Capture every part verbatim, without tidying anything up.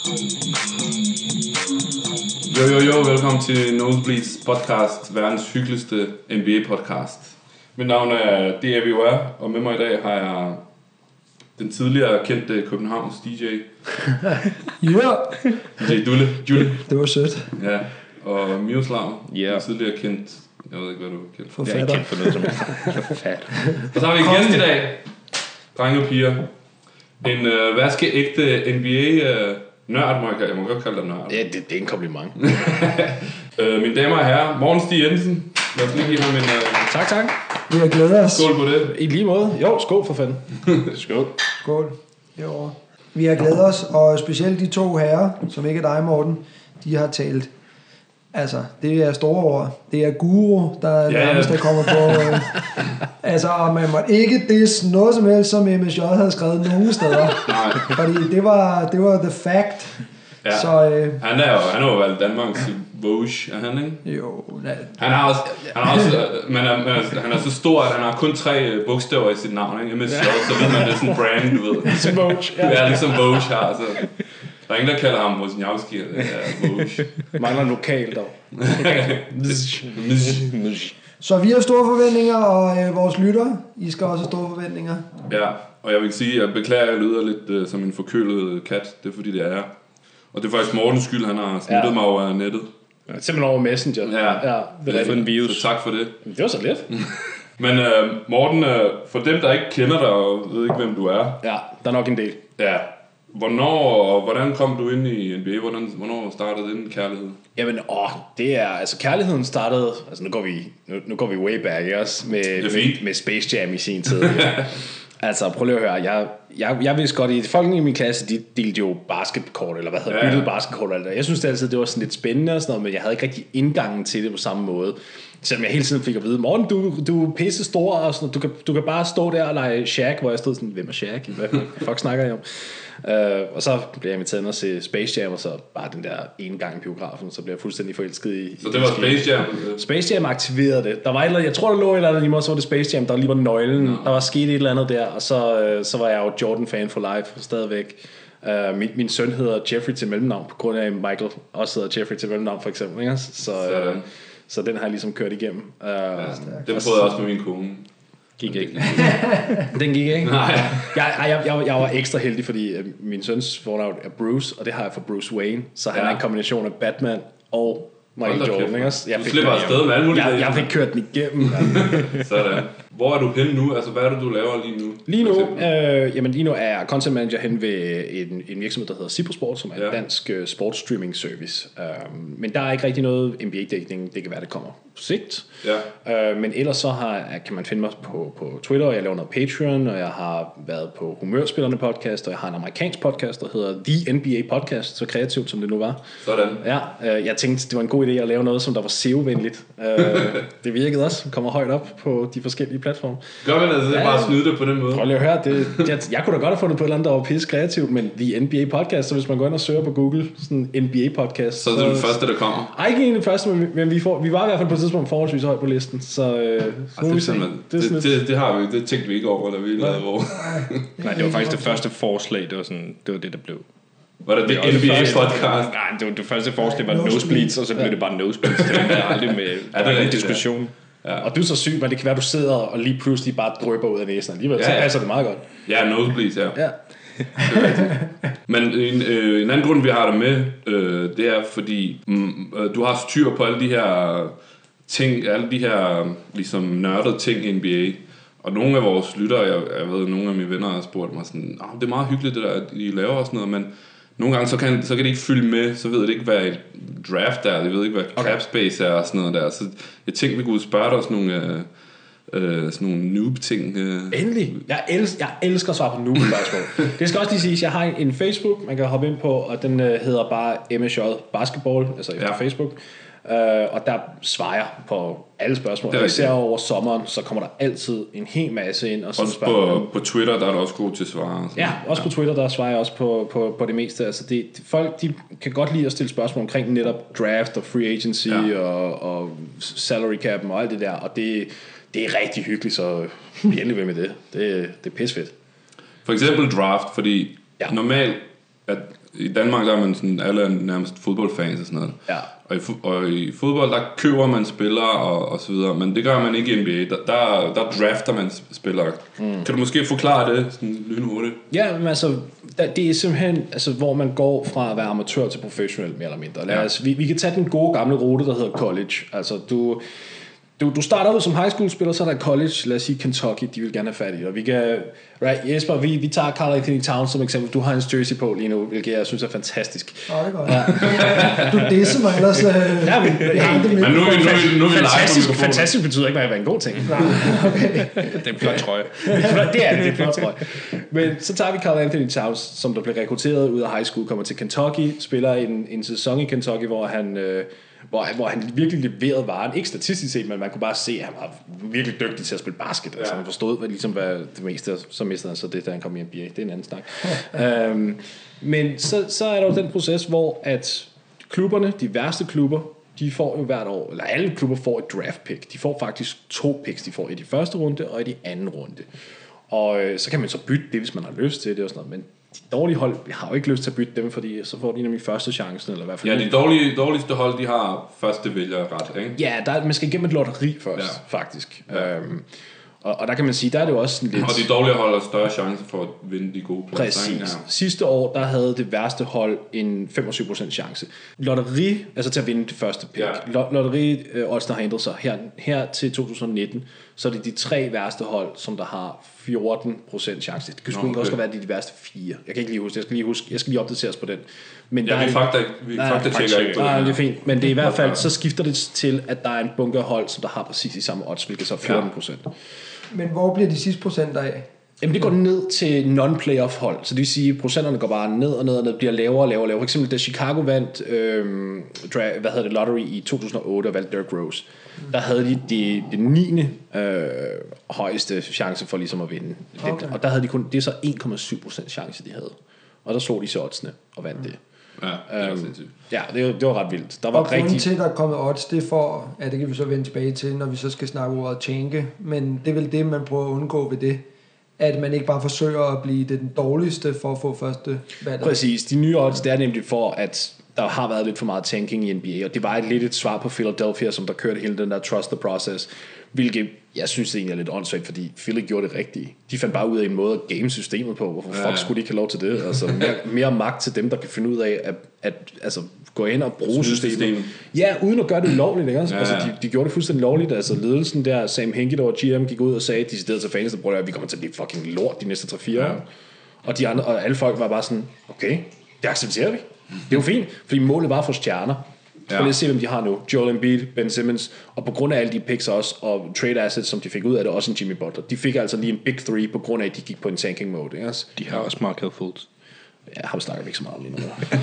Jo, jo, jo, velkommen til Nosebleeds podcast, verdens hyggeligste N B A-podcast. Mit navn er D A V O R, og med mig i dag har jeg den tidligere kendte Københavns D J. Ja. D J Dulle. Dulle. Det var sødt. Ja, og Miroslav, yeah. den tidligere kendt, jeg ved ikke, hvad du er kendt for. Jeg er ikke kendt for noget som forfatter. Og så har vi en gæst i dag, drenge og piger. En øh, vaskeægte N B A-nørd, må jeg, jeg må godt kalde dig nørd. Ja, det, det er en kompliment. øh, mine damer og herrer, Morten Stig Jensen. Lad os lige give ham en... Øh... Tak, tak. Vi har glædet os. Skål på det. I lige måde. Jo, skål for fanden. Skål. Skål. Jo. Vi har glædet os, og specielt de to herrer, som ikke er dig, Morten, de har talt. Altså, det er store ord. Det er guru, der ja, nærmest der kommer på. Øh, altså, og man må ikke disse noget som helst, som M S J havde skrevet nogen steder. Nej. Fordi det var, det var the fact. Ja. Så, øh, han er jo, han er jo valgt Danmarks Vogue, er han ikke? Jo. Nej. Han har også, han har også, men er, han er så stor, at han har kun tre bogstaver i sit navn, ikke? M S J, så ved man, det er sådan en brand, du ved. Ligesom Vogue. Ja, ja, ligesom Vogue har, så. Der er ingen, der kalder ham Wozniacki eller Vogue. Mangler lokal dog. Så vi har store forventninger, og øh, vores lyttere, I skal også have store forventninger. Ja, og jeg vil sige, at jeg beklager, at jeg lyder lidt uh, som en forkølet kat. Det er fordi, det er. Og det er faktisk Mortens skyld, han har snittet ja. mig over nettet. Ja, simpelthen over Messenger. Ja, ja det er en virus. Så tak for det. Det var så let. Men uh, Morten, uh, for dem, der ikke kender dig og ved ikke, hvem du er. Ja, der er nok en del. Ja. Hvornår og hvordan kom du ind i N B A? Hvordan, hvornår startede den kærlighed? Jamen, åh, det er, altså kærligheden startede, altså nu går vi, nu, nu går vi way back, ikke også? Med, med, med Space Jam i sin tid. Ja. Altså, prøv lige at høre, jeg, jeg, jeg vidste godt, at folk i min klasse, de delte jo basketkort, eller hvad hedder, ja. byttede basketkort, eller jeg synes det altid, det var sådan lidt spændende og sådan noget, men jeg havde ikke rigtig indgangen til det på samme måde. Selvom jeg hele tiden fik at vide, Morten, du, du er pisse stor, og sådan, du, kan, du kan bare stå der og lege Shaq, hvor jeg stod sådan, hvem er Shaq? Hvad fuck snakker jeg om? Uh, og så blev jeg inviteret at se Space Jam, og så bare den der ene gang i biografen, så blev jeg fuldstændig forelsket i. Så det var Space Jam? Space Jam aktiverede det. Der var et eller andet, jeg tror der lå et eller andet lige måde, så var det Space Jam, der lige var nøglen. No. Der var sket et eller andet der, og så, uh, så var jeg jo Jordan fan for life stadigvæk. Uh, min, min søn hedder Jeffrey til mellemnavn, på grund af Michael også hedder Jeffrey til mellemnavn for eksempel, ikke? Så, uh, så den har jeg ligesom kørt igennem. Uh, ja, det prøvede jeg også med min kone. Gik ikke. Den gik ikke? Nej. Jeg, jeg, jeg, jeg var ekstra heldig, fordi min søns fornavn er Bruce, og det har jeg for Bruce Wayne. Så han ja. er en kombination af Batman og Michael Jordan. Ikke? Jeg du slipper afsted med alle mulige. Jeg, jeg fik kørt den igennem. Sådan. Hvor er du henne nu? Altså, hvad er det, du laver lige nu? Lige nu, øh, jamen lige nu er jeg content manager hen ved en, en virksomhed, der hedder Ciprosport, som er ja. en dansk uh, sportsstreaming service. Uh, men der er ikke rigtig noget N B A-dækning. Det kan være, det kommer på sigt. Ja. Uh, men ellers så har, kan man finde mig på, på Twitter, og jeg laver noget Patreon, og jeg har været på Humørspillerne podcast, og jeg har en amerikansk podcast, der hedder The N B A Podcast, så kreativt som det nu var. Sådan. Ja, uh, jeg tænkte, det var en god idé at lave noget, som der var S E O-venligt. Uh, det virkede også. Kommer højt op på de forskellige platform. Gør man altså, det er ja, bare at snyde det på den måde. Prøv lige at høre, det, jeg, jeg kunne da godt have fundet på et eller andet, der var pisse kreativt, men The N B A Podcast, så hvis man går ind og søger på Google, sådan N B A Podcast. Så, så det er den første, der kommer? Ej, ikke en den første, men, men vi, får, vi var i hvert fald på et tidspunkt forholdsvis højt på listen, så, øh, så Ej, det, se. det, det, det, det, har vi, det tænkte vi ikke over, da vi lavede vores. Nej, det var faktisk det første forslag, det var, sådan, det var det, der blev. Var det det N B A podcast? Nej, det var det første forslag, var Nosebleeds, og så blev det bare Nosebleeds. Det var aldrig med ja, det en diskussion. Ja. Og du er så syg, men det kan være, du sidder og lige pludselig bare drypper ud af næsen. Alligevel, ja, ja. Så passer det meget godt. Ja, Nosebleeds, ja. Ja. Men en, øh, en anden grund, vi har dig med, øh, det er fordi, mm, du har styr på alle de her ting, alle de her ligesom nørdede ting i N B A. Og nogle af vores lyttere, jeg, jeg ved, nogle af mine venner har spurgt mig sådan, oh, det er meget hyggeligt det der, I laver og sådan noget, men nogle gange så kan, så kan det ikke fylde med, så ved det ikke, hvad et draft er, de ved ikke, hvad okay. cap space er og sådan noget der. Så jeg tænkte, vi kunne spørge dig sådan nogle, øh, øh, sådan nogle noob-ting. Øh. Endelig. Jeg, els- jeg elsker at svare på noob-spørgsmål. Det skal også lige siges, jeg har en Facebook, man kan hoppe ind på, og den øh, hedder bare M S J Basketball, altså efter ja. Facebook. Uh, og der svarer jeg på alle spørgsmål. Og især over sommeren, så kommer der altid en hel masse ind. Og også på, på Twitter, der er der også god til at svare. Ja, også ja. på Twitter, der svarer jeg også på, på, på det meste. Altså det, folk de kan godt lide at stille spørgsmål omkring netop draft og free agency ja. og, og salary cap og alt det der. Og det, det er rigtig hyggeligt, så vi endelig ved med det. Det, det er pissefedt. For eksempel draft, fordi ja. normalt at i Danmark der er man sådan, alle er nærmest fodboldfans og sådan noget. Ja. Og i, og i fodbold, der køber man spillere og, og så videre, men det gør man ikke i N B A. Der, der, der drafter man spillere. Mm. Kan du måske forklare det sådan lynhurtigt? Ja, men altså, det er simpelthen, altså, hvor man går fra at være amatør til professionel, mere eller mindre. Lad os, ja. vi, vi kan tage den gode gamle rute, der hedder college. Altså, du... Du, du starter ud som high school spiller, så er der college, lad os sige Kentucky, de vil gerne have fat i. Og vi kan, right, Jesper, vi, vi tager Karl Anthony Towns som eksempel. Du har en jersey på lige nu, hvilket jeg synes er fantastisk. Åh, det er godt. Ja. Du disser mig ellers. Øh, ja, men, det har det men nu, nu, nu, nu er vi fantastisk, fantastisk betyder ikke, at det er en god ting. Nej, okay. Det er en flot trøje. Det er det, det er en flot trøje. Men så tager vi Karl Anthony Towns, som der blev rekrutteret ud af high school, kommer til Kentucky, spiller en, en sæson i Kentucky, hvor han... Øh, Hvor, hvor han virkelig leverede varen. Ikke statistisk set, men man kunne bare se, at han var virkelig dygtig til at spille basket. Ja. Altså han forstod, hvad, ligesom, hvad det meste, så mistede han så det, da han kom i N B A. Det er en anden snak. øhm, men så, så er der jo den proces, hvor at klubberne, de værste klubber, de får jo hvert år, eller alle klubber får et draft pick. De får faktisk to picks. De får i de første runde og i de anden runde. Og øh, så kan man så bytte det, hvis man har lyst til det og sådan noget. Men de dårlige hold, vi har jo ikke lyst til at bytte dem, fordi så får de nemlig første chancen, eller i hvert fald. Ja, de dårlige, dårligste hold, de har første vælgerret, ikke? Ja, der, man skal igennem et lotteri først, ja. faktisk. Ja. Øhm, og, og der kan man sige, der er det jo også sådan lidt... Og de dårlige hold har større chance for at vinde de gode pladser. Præcis. Ja. Sidste år, der havde det værste hold en femogtyve procent chance. Lotteri, altså til at vinde det første pick. Ja. Lotteri, øh, odds, der har ændret sig. Her, her til to tusind nitten, så er det de tre værste hold, som der har fjorten procent chance. Det kan sgu okay. også være, de de værste fire. Jeg kan ikke lige huske, jeg skal lige, huske, jeg skal lige opdateres på den. Men ja, der vi fakta, vi fakta tjekker ikke på det. Nej, det er fint. Men det er i hvert fald, så skifter det til, at der er en bunke hold, som der har præcis de samme odds, hvilket så er fjorten procent. Ja. Men hvor bliver de sidste procenter af? Jamen det går ned til non-playoff hold, så det vil sige, at procenterne går bare ned og ned og ned, bliver lavere og lavere og lavere. For eksempel da Chicago vandt øhm, dra- hvad hedder det, lottery i to tusind og otte og valgte Derrick Rose, mm. der havde de det de niende øh, højeste chance for ligesom at vinde. Okay. Og der havde de kun, det er så en komma syv procent chance de havde. Og der så de så oddsene og vandt det. Ja, det øhm, ja, det, det var ret vildt. Der var og grunden rigtig... til, at der er kommet odds, det er for, ja, det kan vi så vende tilbage til, når vi så skal snakke ordet tjenke, men det er vel det, man prøver at undgå ved det, at man ikke bare forsøger at blive den dårligste for at få første valg. Præcis, de nye odds, det er nemlig for, at der har været lidt for meget tanking i N B A, og det var et lidt et svar på Philadelphia, som der kørte hele den der trust the process, hvilket jeg synes det egentlig er lidt åndssvagt, fordi Philly gjorde det rigtigt. De fandt bare ud af en måde at game systemet på. Hvorfor ja, fuck skulle de ikke have lov til det? Altså mere, mere magt til dem, der kan finde ud af at, at altså, gå ind og bruge systemet. System. Ja, uden at gøre det lovligt. Ikke? Altså, ja, ja. de, de gjorde det fuldstændig lovligt. Altså ledelsen der, Sam Hinkie, der var G M, gik ud og sagde, de steder til fans, der at vi kommer til at blive fucking lort de næste tre fire ja. år. Og, de andre, og alle folk var bare sådan, okay, det accepterer vi. Det er jo fint, fordi målet var for stjerner. Så ja. Lad os se, hvem de har nu. Joel Embiid, Ben Simmons, og på grund af alle de picks også, og trade assets, som de fik ud af det, også en Jimmy Butler. De fik altså lige en big three, på grund af, at de gik på en tanking mode. Ikke? De har også Markelle Fultz. Ja, ham snakker vi ikke så meget om lige nu.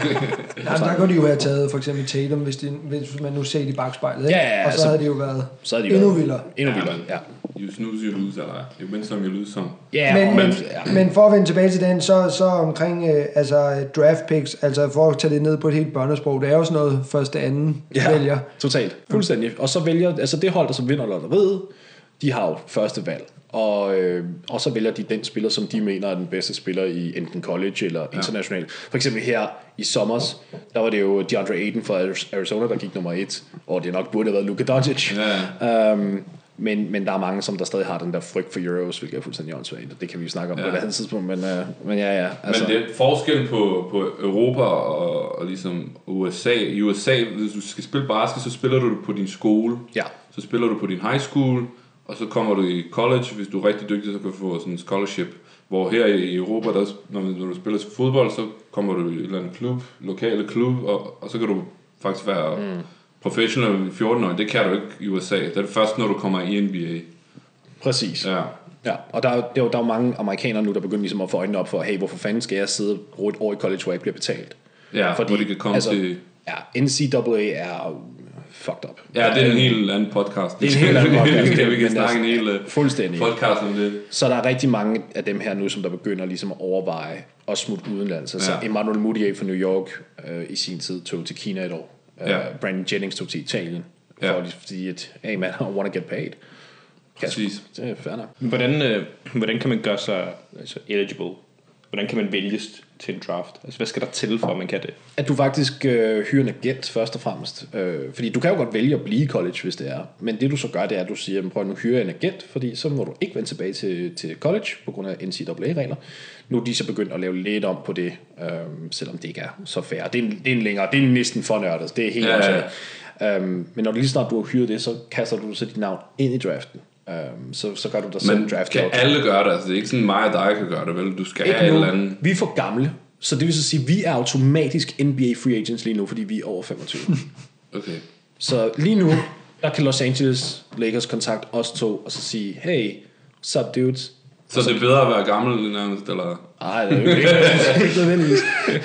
Ja, der kunne de jo have taget for eksempel Tatum, hvis, de, hvis man nu ser det i bagspejlet. Ikke? Ja, ja, ja, og så, så havde det jo været så havde de endnu været, vildere. Endnu vildere, ja. You snooze, you lose, eller you win some, you lose some. Yeah, men, men, ja. men for at vende tilbage til den, så, så omkring øh, altså draft picks, altså for at tage det ned på et helt børnesprog, det er jo sådan noget første anden ja, vælger. Totalt, fuldstændig. Og så vælger, altså det hold, der som vinder lotteriet, de har jo første valg. Og, øh, og så vælger de den spiller, som de mener er den bedste spiller i enten college eller international. For eksempel her i sommers, der var det jo DeAndre Ayton fra Arizona, der gik nummer et, og det nok burde have været Luka Doncic. Ja. Um, men, men der er mange, som der stadig har den der frygt for Euros, hvilket er fuldstændig åndssvagt. Det kan vi jo snakke om ja. på et andet tidspunkt, men, uh, men ja, ja. Altså. Men det er forskel på, på Europa og, og ligesom U S A. I U S A, hvis du skal spille basket, så spiller du på din skole. Ja. Så spiller du på din high school, og så kommer du i college. Hvis du er rigtig dygtig, så kan du få sådan en scholarship. Hvor her i Europa, der, når, når du spiller fodbold, så kommer du i en eller anden klub, lokale klub, og, og så kan du faktisk være mm. professional i fjorten år. Det kan du ikke i U S A. Det er det først, når du kommer i N B A. Præcis. Ja. Ja, og der er, der, er jo, der er jo mange amerikanere nu, der begynder ligesom at få øjnene op for, hey, hvorfor fanden skal jeg sidde og et år i college, hvor jeg ikke bliver betalt? Ja, fordi, hvor det kan komme altså, til... Ja, N C A A er fucked up. Ja, det er en helt anden podcast. Det er en helt anden podcast. vi kan, vi kan snakke en hel fuldstændig podcast om det. Så der er rigtig mange af dem her nu, som der begynder ligesom at overveje at smutte udenlands. Altså ja. Emmanuel Mudiay fra New York øh, i sin tid tog til Kina et år. Ja. Uh, Brandon Jennings tog til Italien. For ja. at sige, at hey man, I want to get paid. Præcis. Det er fair nok. Hvordan, øh, hvordan kan man gøre sig altså, eligible hvordan kan man vælges til en draft? Altså, hvad skal der til, for at man kan det? At du faktisk øh, hyrer en agent først og fremmest. Øh, fordi du kan jo godt vælge at blive i college, hvis det er. Men det du så gør, det er, at du siger, prøv nu hyrer en agent, fordi så må du ikke vende tilbage til, til college, på grund af N C A A-regler. Nu er de så begyndt at lave lidt om på det, øh, selvom det ikke er så fair. Det er en, det er en længere, det er næsten for nørdet. Det er helt ja, ja. Um, men når du lige snart du har hyret det, så kaster du så dit navn ind i draften. Um, så, så gør du dig selv en draft. Men kan alle gøre det? Altså, det er ikke sådan mig og dig kan gøre det, vel? Du skal ikke have et eller andet. Vi er for gamle, så det vil så sige, at vi er automatisk N B A free agents lige nu, fordi vi er over femogtyve. Okay. Så lige nu, der kan Los Angeles Lakers kontakte os to, og så sige, hey, what's up dudes? Så det er bedre at være gammel nærmest, eller? Nej, det er jo ikke nødvendigvis.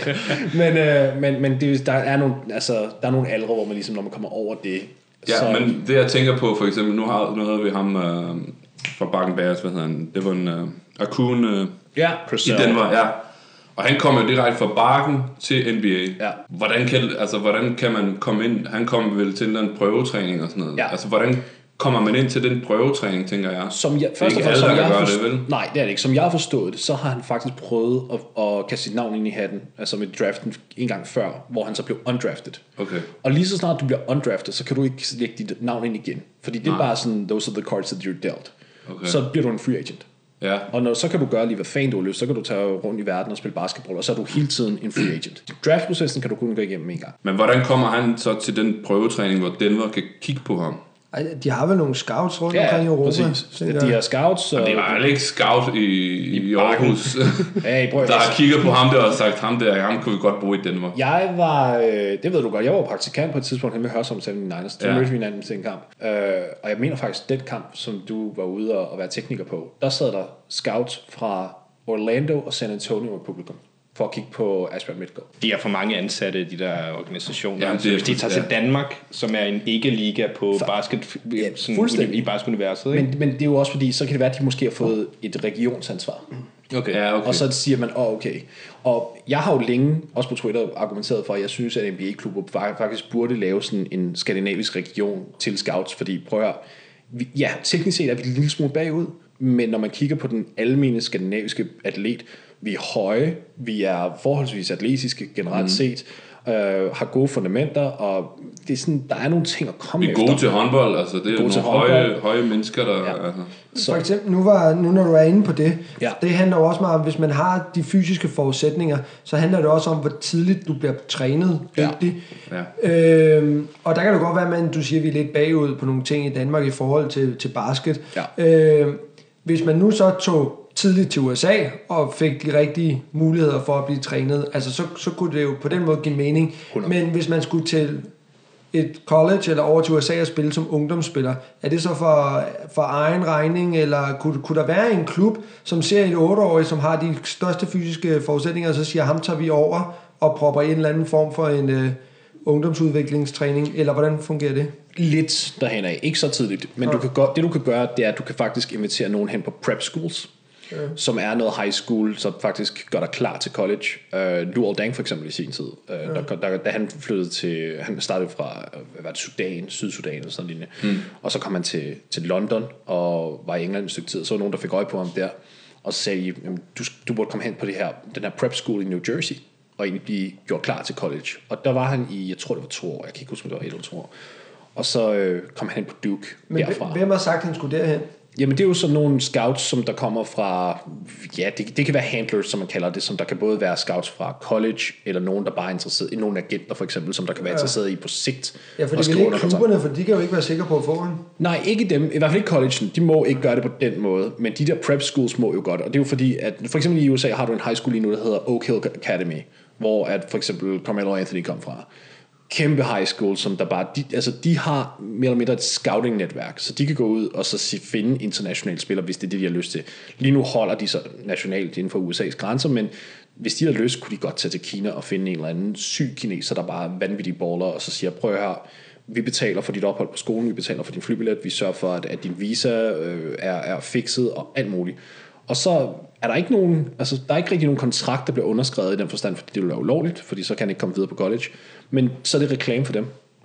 men øh, men, men det, der, er nogle, altså, der er nogle aldre, hvor man ligesom, når man kommer over det... Ja, så, men det jeg tænker på, for eksempel, nu, har, nu havde vi ham øh, fra Bakken Bears, hvad hedder han? Det var en øh, Akun øh, ja, i Denver, ja. Og han kom jo direkte fra Bakken til N B A. Ja. Hvordan, kan, altså, hvordan kan man komme ind? Han kom vel til en prøvetræning og sådan noget. Ja. Altså, hvordan kommer man ind til den prøvetræning, tænker jeg? Som jeg, først og fremmest, som jeg har forstået, det, vel? Nej, det er det ikke. Som jeg har forstået det, så har han faktisk prøvet at, at kaste sit navn ind i hatten, altså med draften en gang før, hvor han så blev undrafted. Okay. Og lige så snart du bliver undrafted, så kan du ikke lægge dit navn ind igen. Fordi det er Nej. bare sådan, those are the cards that you're dealt. Okay. Så bliver du en free agent. Ja. Og når, så kan du gøre lige hvad fanden du har lyst, så kan du tage rundt i verden og spille basketball, og så er du hele tiden en free agent. Draftprocessen kan du kun gå igennem en gang. Men hvordan kommer han så til den prøvetræning, hvor Denver kan kigge på ham? Ej, de har vel nogle scouts rundt ja, omkring i Europa. Præcis. De har scouts. Og det var ikke scout i, i, i Aarhus, hey, bro, der har kigget på ham der og sagt, ham der, ham kunne vi godt bruge i Denver. Jeg var, øh, det ved du godt, jeg var praktikant på et tidspunkt hen med Hørsholm seventy-niners, til Murphy hinanden til en kamp. Øh, og jeg mener faktisk, den kamp, som du var ude og, og være tekniker på, der sad der scouts fra Orlando og San Antonio i publikum for at kigge på Asbjørn Midtgaard. De er for mange ansatte, de der organisationer. Ja, altså, hvis de tager ja. til Danmark, som er en ikke-liga på for, basket, ja, sådan, i basketuniverset. Men, men det er jo også fordi, så kan det være, at de måske har fået et regionsansvar. Okay. Ja, okay. Og så siger man, åh oh, okay. Og jeg har jo længe, også på Twitter, argumenteret for, at jeg synes, at N B A-klubber faktisk burde lave sådan en skandinavisk region til scouts, fordi prøv at høre, vi, ja, teknisk set er vi en lille smule bagud, men når man kigger på den almene skandinaviske atlet, vi er høje, vi er forholdsvis atletiske generelt mm. set, øh, har gode fundamenter, og det er sådan, der er nogle ting at komme efter. Vi er gode efter. til håndbold, altså det er nogle høje, høje mennesker, der... Ja. Altså. Så. For eksempel, nu, var, nu når du er inde på det, ja. det handler jo også meget om, hvis man har de fysiske forudsætninger, så handler det også om, hvor tidligt du bliver trænet dygtig. Ja. Ja. Øhm, og der kan det godt være, at du siger, at vi er lidt bagud på nogle ting i Danmark i forhold til, til basket. Ja. Øhm, hvis man nu så tog tidligt til U S A og fik de rigtige muligheder for at blive trænet, altså så, så kunne det jo på den måde give mening. hundrede Men hvis man skulle til et college eller over til U S A og spille som ungdomsspiller, er det så for, for egen regning, eller kunne, kunne der være en klub, som ser en otteårig, som har de største fysiske forudsætninger, og så siger, ham tager vi over og propper en eller anden form for en uh, ungdomsudviklingstræning, eller hvordan fungerer det? Lidt derhen af, ikke så tidligt, men ja. du kan godt, det du kan gøre, det er, at du kan faktisk invitere nogen hen på prep schools, ja. som er noget high school, som faktisk gør dig klar til college. Uh, Luol Deng for eksempel i sin tid, uh, ja. der, der, da han flyttede til, han startede fra hvad var det, Sudan, Sydsudan eller sådan lignende, mm. og så kom han til, til London og var i England et stykke tid, så var nogen, der fik øje på ham der, og så sagde du, du burde komme hen på det her, den her prep school i New Jersey, og egentlig blive gjort klar til college. Og der var han i, jeg tror det var to år, jeg kan ikke huske, om det var et eller to år, og så øh, kom han hen på Duke. Men derfra. Hvem har sagt, at han skulle derhen? Jamen det er jo sådan nogle scouts, som der kommer fra, ja, det, det kan være handlers, som man kalder det, som der kan både være scouts fra college, eller nogen, der bare er interesseret i nogle agenter for eksempel, som der kan være ja. interesseret i på sigt. Ja, for det vil ikke klubberne, for de kan jo ikke være sikre på at få ham. Nej, ikke dem, i hvert fald ikke college, de må ikke gøre det på den måde, men de der prep schools må jo godt, og det er jo fordi, at for eksempel i U S A har du en high school lige nu, der hedder Oak Hill Academy, hvor at for eksempel Carmelo Anthony kom fra. Kæmpe high school, som der bare, de, altså de har mere eller mindre et scouting-netværk, så de kan gå ud og så finde internationale spillere, hvis det er det, de har lyst til. Lige nu holder de så nationalt inden for U S A's grænser, men hvis de har lyst, kunne de godt tage til Kina og finde en eller anden syg kineser, der bare er vanvittige baller, og så siger, prøv her, vi betaler for dit ophold på skolen, vi betaler for din flybillet, vi sørger for, at, at din visa øh, er, er fikset og alt muligt. Og så er der ikke nogen, altså der er ikke rigtig nogen kontrakt, der bliver underskrevet i den forstand, fordi det vil være ulovligt, fordi så kan han ikke komme videre på college. Men så er det reklame for dem.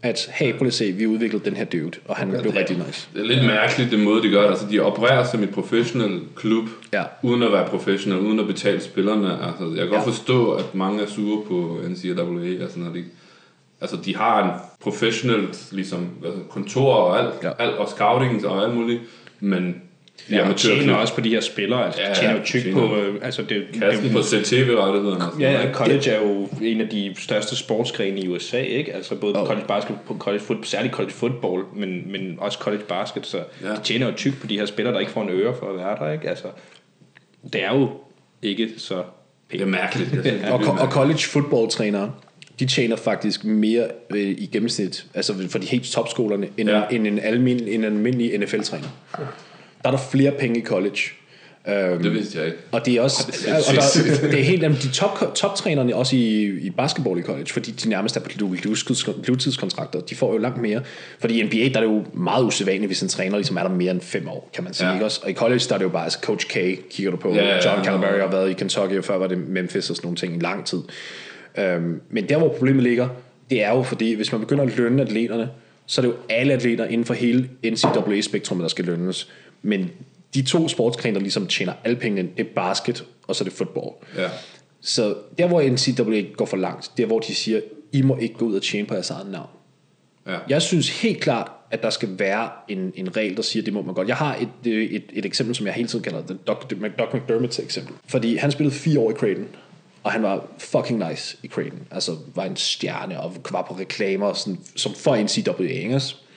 at hey, prøv at se, vi udviklede den her dude, og han okay, blev rigtig nice. Det er lidt mærkeligt, den måde, de gør det. Altså, de opererer som et professionel klub, ja. uden at være professionel, uden at betale spillerne. Altså, jeg kan godt ja. forstå, at mange er sure på N C A A. Altså, når de, altså, de har en professionel ligesom, altså, kontor og alt, ja. alt, og scouting og alt muligt, men de ja, tjener også på de her spillere, altså ja, tjener jo tyk på, øh, altså det kassen det, på C T V-rettighederne. Altså. Ja, ja, college er jo en af de største sportsgrene i U S A, ikke? Altså både oh. college basket, på college football, særligt college football, men, men også college basket, så ja. de tjener jo tyk på de her spillere, der ikke får en øre for at være der, ikke? Altså, det er jo ikke så pænt. Det er mærkeligt. Det er og, og college football-trænere, de tjener faktisk mere øh, i gennemsnit, altså for de helt topskolerne, end, ja. end en almindelig, en almindelig N F L-træner. Der er der flere penge i college. Um, det vidste jeg ikke. Og det er også og der, det er helt de top toptrænerne også i, i basketball i college, fordi de nærmest er på livstidskontrakter. De får jo langt mere. Fordi i N B A der er det jo meget usædvanligt, hvis en træner ligesom er der mere end fem år, kan man sige, ja. ikke også? Og i college der er det jo bare altså Coach K kigger du på. Ja, ja, John Calipari har været i Kentucky, og før var det Memphis og sådan nogle ting i lang tid. Um, men der hvor problemet ligger, det er jo fordi hvis man begynder at lønne atleterne, så er det jo alle atleter inden for hele N C A A-spektrummet der skal lønnes. Men de to sportsgrene, der ligesom tjener alle pengene, det er basket, og så er det fodbold. Ja. Så der, hvor N C A A går for langt, det er, hvor de siger, I må ikke gå ud og tjene på jeres eget navn. Ja. Jeg synes helt klart, at der skal være en, en regel, der siger, det må man godt. Jeg har et, et, et, et eksempel, som jeg hele tiden kalder det, Doc McDermott's eksempel. Fordi han spillede fire år i Creighton, og han var fucking nice i Creighton. Altså var en stjerne, og var på reklamer, sådan, som for N C A A, ikke?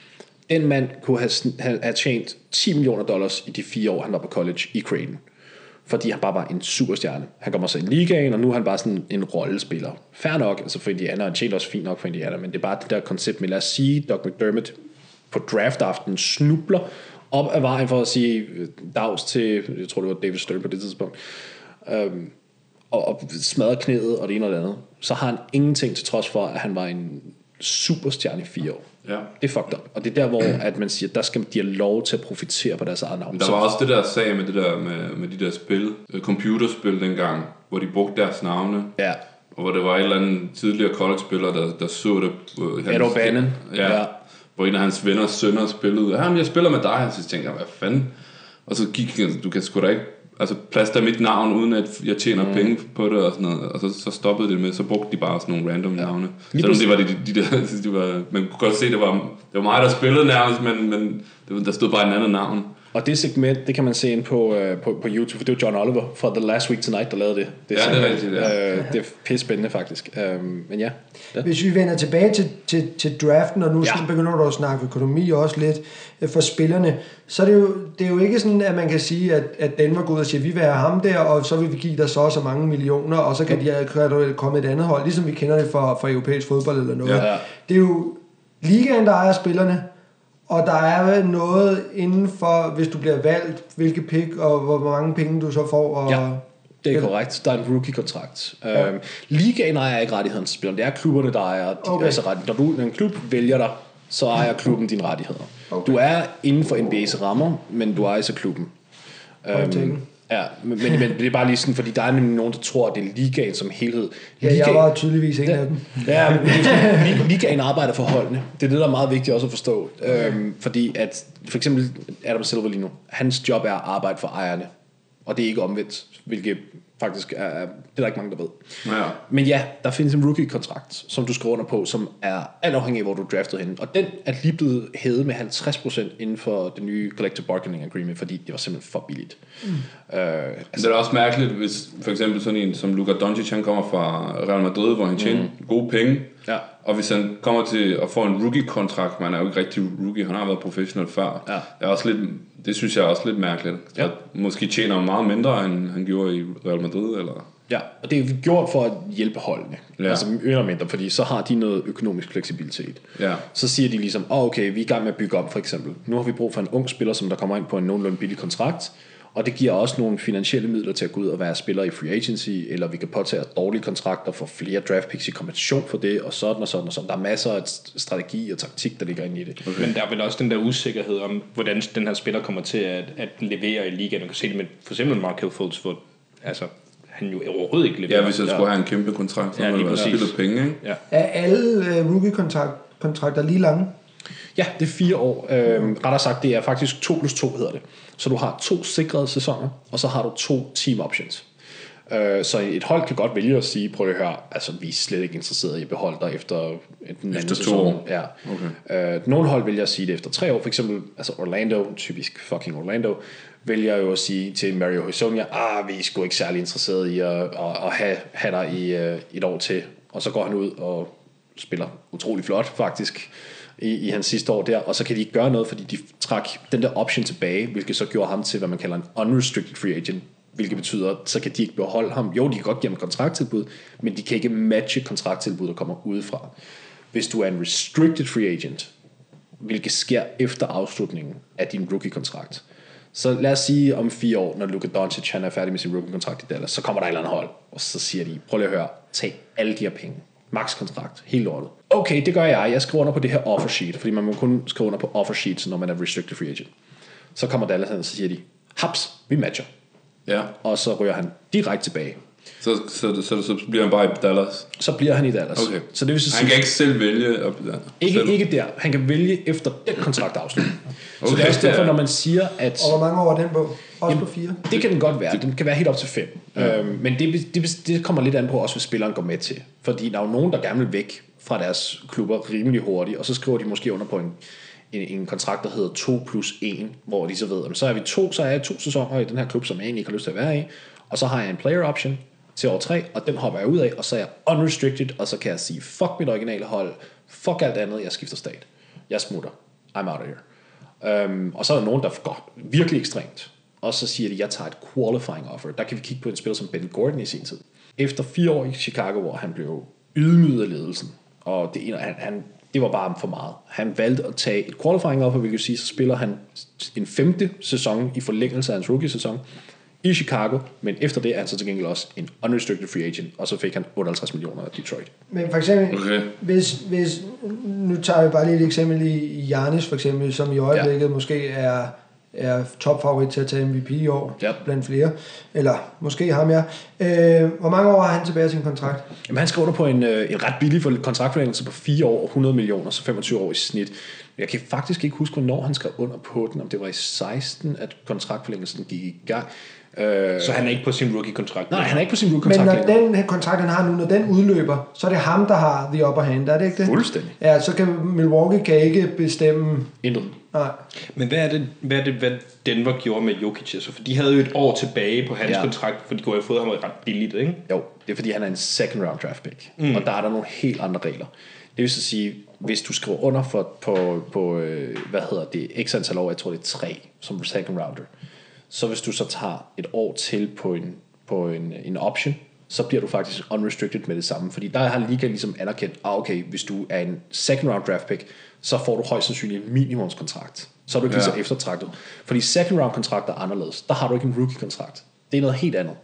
Den mand kunne have, have, have tjent ti millioner dollars i de fire år, han var på college i Creighton. Fordi han bare var en superstjerne. Han kommer så i ligaen, og nu er han bare sådan en rollespiller. Fair nok, altså for Indiana, han tjener også fint nok for Indiana, men det er bare det der koncept med, lad os sige, Doc McDermott på draftaften snubler op ad vejen for at sige dags til, jeg tror det var David Stern på det tidspunkt, øhm, og, og smadrer knæet og det ene og det andet. Så har han ingenting til trods for, at han var en superstjerne i fire år. Ja. Det er fucked up. Og det er der hvor at man siger, der skal de have lov til at profitere på deres eget navn. Der var også det der sag med det der med, med de der spil, computerspil dengang, hvor de brugte deres navne. Ja. Og hvor det var en eller anden tidligere college-spiller, der, der så det. Ed O'Bannon. Ja, ja. Hvor en af hans venner sønner spillede. Ja, men jeg spiller med dig. Så tænkte jeg, hvad fanden? Og så gik du kan sgu da ikke altså plads der mit navn, uden at jeg tjener mm. penge på det og sådan noget. Og så, så stoppede det med, så brugte de bare sådan nogle random ja. navne. Selvom det var de, de der, de var, man kunne godt se, det var, det var mig, der spillede nærmest, men, men der stod bare en anden navn. Og det segment, det kan man se ind på, uh, på, på YouTube, for det var John Oliver fra The Last Week Tonight, der lavede det. Det ja, det er rigtigt, ja. uh, det er pissespændende faktisk. Uh, men ja. ja. Hvis vi vender tilbage til, til, til draften, og nu ja. begynder du at snakke økonomi også lidt for spillerne, så er det jo, det er jo ikke sådan, at man kan sige, at, at Denver går ud og siger, vi vil have ham der, og så vil vi give dig så så mange millioner, og så kan de komme et andet hold, ligesom vi kender det fra, fra europæisk fodbold eller noget. Ja. Det er jo ligaen, der ejer spillerne, og der er noget inden for, hvis du bliver valgt, hvilke pick og hvor mange penge du så får. Og ja, det er korrekt. Der er en rookie-kontrakt. Ja. Øhm, ligaen ejer ikke rettigheden til spillerne. Det er klubberne, der ejer de, okay. altså, når, du, når en klub vælger dig, så ejer klubben dine rettigheder. Okay. Du er inden for N B A's rammer, men du ejer så klubben. Øhm, ja, men, men, men det er bare lige sådan, fordi der er nemlig nogen, der tror, at det er ligaen som helhed. Ligaen, ja, jeg var tydeligvis en af dem. Ja, men ligaen arbejder for holdene. Det er det, der er meget vigtigt også at forstå. Okay. Øhm, fordi at, for eksempel Adam Silver lige nu, hans job er at arbejde for ejerne. Og det er ikke omvendt, hvilket faktisk er, det er der ikke mange, der ved. Ja. Men ja, der findes en rookie-kontrakt, som du skriver under på, som er alt afhængig af, hvor du er draftet henne. Og den er lige blevet hævet med halvtreds procent inden for det nye Collective Bargaining Agreement, fordi det var simpelthen for billigt. Mm. Uh, altså, det er også mærkeligt, hvis for eksempel sådan en som Luka Doncic, han kommer fra Real Madrid, hvor han tjener mm. gode penge. Ja. Og hvis han kommer til at få en rookie-kontrakt, man er jo ikke rigtig rookie, han har været professionel før. Ja. Det er også lidt, det synes jeg er også lidt mærkeligt. Så ja. Måske tjener meget mindre, end han gjorde i Real Madrid, eller... Ja, og det er gjort for at hjælpe holdene. Ja. Altså mere mindre, fordi så har de noget økonomisk fleksibilitet. Ja. Så siger de ligesom, åh oh, okay, vi er i gang med at bygge om for eksempel. Nu har vi brug for en ung spiller, som der kommer ind på en nogenlunde billig kontrakt. Og det giver også nogle finansielle midler til at gå ud og være spiller i free agency, eller vi kan påtage dårlige kontrakter for flere draft picks i kompensation for det, og sådan og sådan og sådan. Der er masser af strategi og taktik, der ligger inde i det. Okay. Men der er vel også den der usikkerhed om, hvordan den her spiller kommer til at, at levere i ligaen. Du kan se det med for eksempel Markelle Fultz, hvor altså, han jo overhovedet ikke leverer. Ja, hvis jeg skulle ja. have en kæmpe kontrakt, så ja, ville det være spillet penge, ikke? Ja. Er alle uh, rookie-kontrakt kontrakter lige lange? Ja, det er fire år. Øhm, rettere sagt, det er faktisk to plus to hedder det. Så du har to sikrede sæsoner, og så har du to team options. Øh, så et hold kan godt vælge at sige, prøv at høre, altså vi er slet ikke interesserede i at beholde dig efter den anden sæson. Ja. Okay. Øh, nogle hold vælger at sige det efter tre år, for eksempel altså Orlando, typisk fucking Orlando, vælger jo at sige til Mario Hezonja, ah, vi er sgu ikke særlig interesserede i at, at, at have, have dig i uh, et år til, og så går han ud og spiller utrolig flot faktisk i, i hans sidste år der, og så kan de ikke gøre noget, fordi de trak den der option tilbage, hvilket så gjorde ham til, hvad man kalder en unrestricted free agent, hvilket betyder, så kan de ikke beholde ham. Jo, de kan godt give ham kontrakttilbud, men de kan ikke matche kontrakttilbud, der kommer udefra. Hvis du er en restricted free agent, hvilket sker efter afslutningen af din rookie-kontrakt, så lad os sige om fire år, når Luka Doncic han er færdig med sin rookie-kontrakt i Dallas, så kommer der et eller andet hold, og så siger de, prøv lige at høre, tag alle de her penge. Max-kontrakt, helt lortet. Okay, det gør jeg. Jeg skriver under på det her offer sheet, fordi man må kun skrive under på offer sheets, når man er restricted free agent. Så kommer Dallas hen, og så siger de, haps, vi matcher. Ja. Og så ryger han direkte tilbage. Så, så, så, så bliver han bare i Dallas? Så bliver han i Dallas. Okay. Så det vil sige, han kan ikke selv vælge op i ikke, ikke der. Han kan vælge efter den kontraktafslutning. Okay. Så det er også derfor, når man siger, at... Og hvor mange år er den på? Også jamen, på fire? Det kan den godt være. Den kan være helt op til fem. Ja. Øhm, men det, det, det kommer lidt an på også, hvad spilleren går med til. Fordi der er jo nogen, der gerne vil væk fra deres klubber rimelig hurtigt, og så skriver de måske under på en, en, en kontrakt, der hedder to plus en, hvor de så ved, så er vi to, så er jeg to sæsoner i den her klub, som jeg egentlig ikke har lyst til at være i, og så har jeg en player option til år tre, og den hopper jeg ud af, og så er jeg unrestricted, og så kan jeg sige, fuck mit originale hold, fuck alt andet, jeg skifter stat. Jeg smutter. I'm out of here. Um, og så er der nogen, der går virkelig ekstremt, og så siger de, jeg tager et qualifying offer. Der kan vi kigge på en spiller som Ben Gordon i sin tid. Efter fire år i Chicago, hvor han blev ydmyget af ledelsen, og det, han, han, det var bare for meget. Han valgte at tage et qualifying offer, hvilket sige, så spiller han en femte sæson i forlængelse af hans rookie-sæson i Chicago, men efter det er han så til gengæld også en unrestricted free agent, og så fik han otteoghalvtreds millioner af Detroit. Men for eksempel, okay. hvis, hvis, nu tager vi bare lige et eksempel i Giannis for eksempel, som i øjeblikket ja. måske er, er topfavorit til at tage M V P i år, ja. blandt flere, eller måske ham ja. Øh, hvor mange år har han tilbage af sin kontrakt? Jamen han skrev under på en, en ret billig kontraktforlængelse på fire år og hundrede millioner, så femogtyve år i snit. Jeg kan faktisk ikke huske, hvornår han skrev under på den, om det var i seksten, at kontraktforlængelsen gik i gang. Så han er ikke på sin rookie-kontrakt? Nej, han er ikke på sin rookie-kontrakt. Men når den kontrakt, han har nu, når den udløber, så er det ham, der har the upper hand, er det ikke det? Fuldstændig. Ja, så kan Milwaukee kan ikke bestemme... Intet. Nej. Men hvad er det, hvad er det, hvad Denver gjorde med Jokic? Altså, for de havde jo et år tilbage på hans ja. kontrakt, for de kunne have fået ham ret billigt, ikke? Jo, det er fordi, han er en second round draft pick, mm. og der er der nogle helt andre regler. Det vil så sige, hvis du skriver under for, på, på hvad hedder det, x antal år, jeg tror det er tre, som second rounder, så hvis du så tager et år til på en, på en, en option, så bliver du faktisk unrestricted med det samme, fordi der har liga ligesom anerkendt, ah okay, hvis du er en second round draft pick, så får du højst sandsynligt en minimumskontrakt. Så er du ikke ja. lige så eftertragtet. Fordi second round kontrakt er anderledes. Der har du ikke en rookie kontrakt. Det er noget helt andet.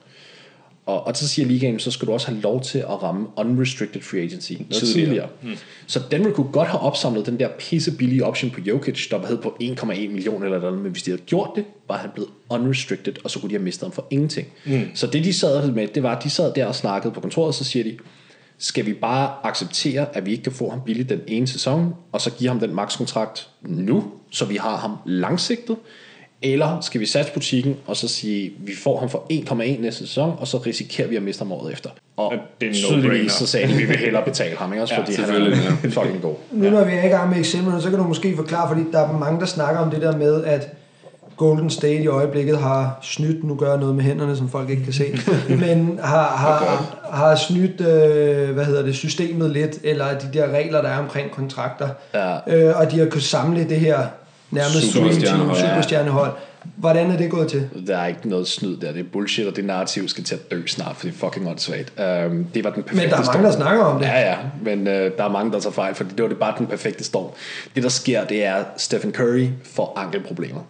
Og, og så siger ligaen, så skal du også have lov til at ramme unrestricted free agency noget tidligere. tidligere. Hmm. Så Denver kunne godt have opsamlet den der pisse billige option på Jokic, der hed på en komma en million eller noget, men hvis de havde gjort det, var han blevet unrestricted, og så kunne de have mistet ham for ingenting. Hmm. Så det de sad med, det var, at de sad der og snakkede på kontoret, så siger de, skal vi bare acceptere, at vi ikke kan få ham billigt den ene sæson, og så give ham den max-kontrakt nu, så vi har ham langsigtet, eller skal vi satse butikken og så sige, vi får ham for en komma en næste sæson, og så risikerer vi at miste ham året efter. Og det er tydeligvis så sagde de, vi vil hellere betale ham, ikke? Også ja, fordi han er fucking god. Nu når vi er i gang med eksemplerne, så kan du måske forklare, fordi der er mange, der snakker om det der med, at Golden State i øjeblikket har snydt, nu gør jeg noget med hænderne, som folk ikke kan se, men har, har, har snydt, øh, hvad hedder det, systemet lidt, eller de der regler, der er omkring kontrakter, ja. øh, og de har kunnet samle det her nærmest superstjernehold. superstjernehold. Hvordan er det gået til? Der er ikke noget snyd der, det er bullshit, og det narrativ skal til at dø snart, for det er fucking åndssvagt. Um, det var den perfekte Men der er mange, storm. der snakker om det. Ja, ja, men uh, der er mange, der tager fejl, for det var det bare den perfekte storm. Det, der sker, det er, Stephen Curry får ankelproblemer.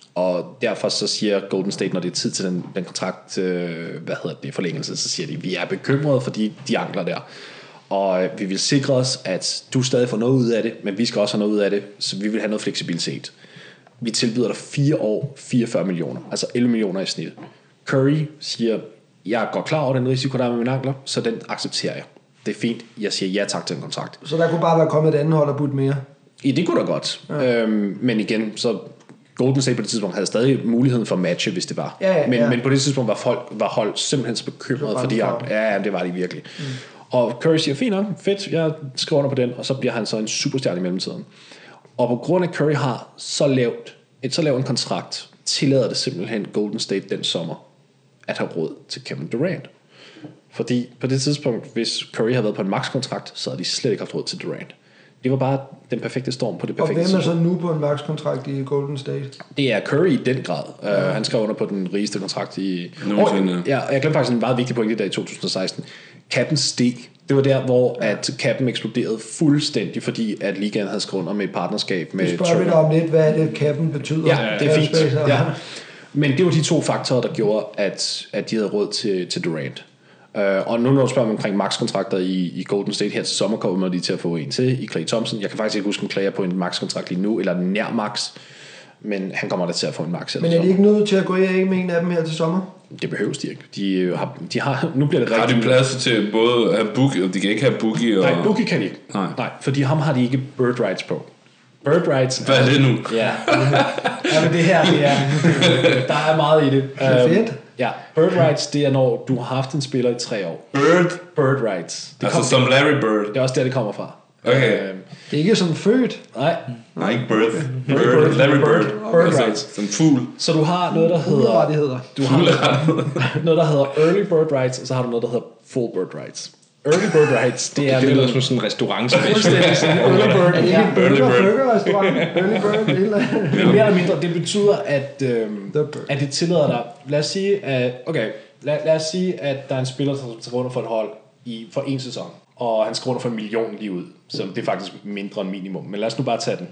Og derfor så siger Golden State, når det er tid til den, den kontrakt, øh, hvad hedder det, forlængelse, så siger de, vi er bekymrede for de, de ankler der. Og vi vil sikre os, at du stadig får noget ud af det, men vi skal også have noget ud af det, så vi vil have noget fleksibilitet. Vi tilbyder dig fire år, fireogfyrre millioner, altså elleve millioner i snit. Curry siger, jeg er godt klar over den risiko, der er med mine ankler, så den accepterer jeg. Det er fint, jeg siger ja tak til en kontrakt. Så der kunne bare være kommet et andet hold og budt mere? I det kunne da godt. Ja. Øhm, men igen, så Golden State på det tidspunkt havde stadig muligheden for at matche, hvis det var. Ja, ja, men, ja. men på det tidspunkt var folk var hold simpelthen så bekymrede, fordi han, ja, det var de virkelig. Mm. Og Curry siger, fint nok, fedt, jeg skriver under på den, og så bliver han så en superstjerne i mellemtiden. Og på grund af, at Curry har så lavt, et så lavt en kontrakt, tillader det simpelthen Golden State den sommer at have råd til Kevin Durant. Fordi på det tidspunkt, hvis Curry havde været på en max-kontrakt, så havde de slet ikke haft råd til Durant. Det var bare den perfekte storm på det perfekte. Og hvem er så nu på en max-kontrakt i Golden State? Det er Curry i den grad. Ja. Uh, han skrev under på den rigeste kontrakt i... Nogensinde. Oh, ja, jeg glemte faktisk en meget vigtig pointe i dag i to tusind og seksten. Cappen steg. Det var der, hvor at cappen eksploderede fuldstændig, fordi at ligaen havde skrevet under med et partnerskab med... Vi spørger vi dig om lidt, hvad det cappen betyder. Ja, det er fint. Ja. Men det var de to faktorer, der gjorde, at, at de havde råd til, til Durant. Uh, og nu når du spørger mig omkring max-kontrakter i, i Golden State her til sommer, kommer de til at få en til i Klay Thompson. Jeg kan faktisk ikke huske, om Klay er på en max-kontrakt lige nu, eller nær max, men han kommer da til at få en max. Men er de ikke nødt til at gå i med en af dem her til sommer? Det behøves de ikke. De har, de har, nu bliver det har de plads til både at have Boogie, og de kan ikke have Boogie og... Nej, Boogie kan de ikke. Nej. Nej, fordi ham har de ikke bird rights på. Bird rights... Hvad er det nu? Ja, ja men det her, det er... Der er meget i det. Det er fedt. Um, ja, bird rights, det er når du har haft en spiller i tre år. Bird? Bird rights. Det altså som Larry Bird? Det er også der, det kommer fra. Okay. Um, det er ikke som født. Nej. Nej, ikke bird. Bird. Bird. Larry Bird. Bird altså, rights. som fugl. Så du har noget, der hedder... Rettigheder. Du har noget, der hedder early bird rights, og så har du noget, der hedder full bird rights. Early bird rights, det er... Det lyder som sådan en restaurantspil. Early bird. Er det ikke en burger-restaurant? Early bird? Men mere eller mindre, det betyder, at, øhm, at det tillader dig... Lad os sige, at... Okay, lad, lad os sige, at der er en spiller, som tager under for et hold i, for en sæson, og han skriver under for en million lige ud, så det er faktisk mindre end minimum. Men lad os nu bare tage den.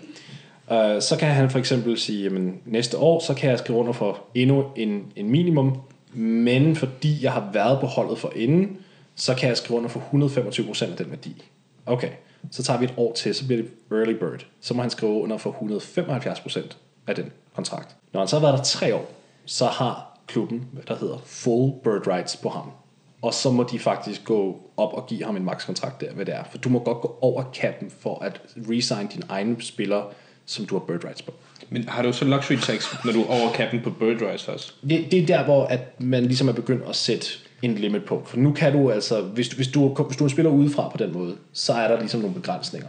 Uh, så kan han for eksempel sige, jamen næste år, så kan jeg skrive under for endnu en, en minimum, men fordi jeg har været på holdet for inden, så kan jeg skrive under for et hundrede og femogtyve procent af den værdi. Okay, så tager vi et år til, så bliver det early bird. Så må han skrive under for et hundrede og femoghalvfjerds procent af den kontrakt. Når han så har været der tre år, så har klubben, hvad der hedder, full bird rights på ham. Og så må de faktisk gå op og give ham en max-kontrakt der, hvad det er. For du må godt gå over cappen for at resign din egen spiller, som du har bird rights på. Men har du så luxury tax, når du er over cappen på bird rights også? Det, det er der, hvor at man ligesom er begyndt at sætte en limit på. For nu kan du altså, hvis du, hvis du, hvis du spiller udefra på den måde, så er der ligesom nogle begrænsninger.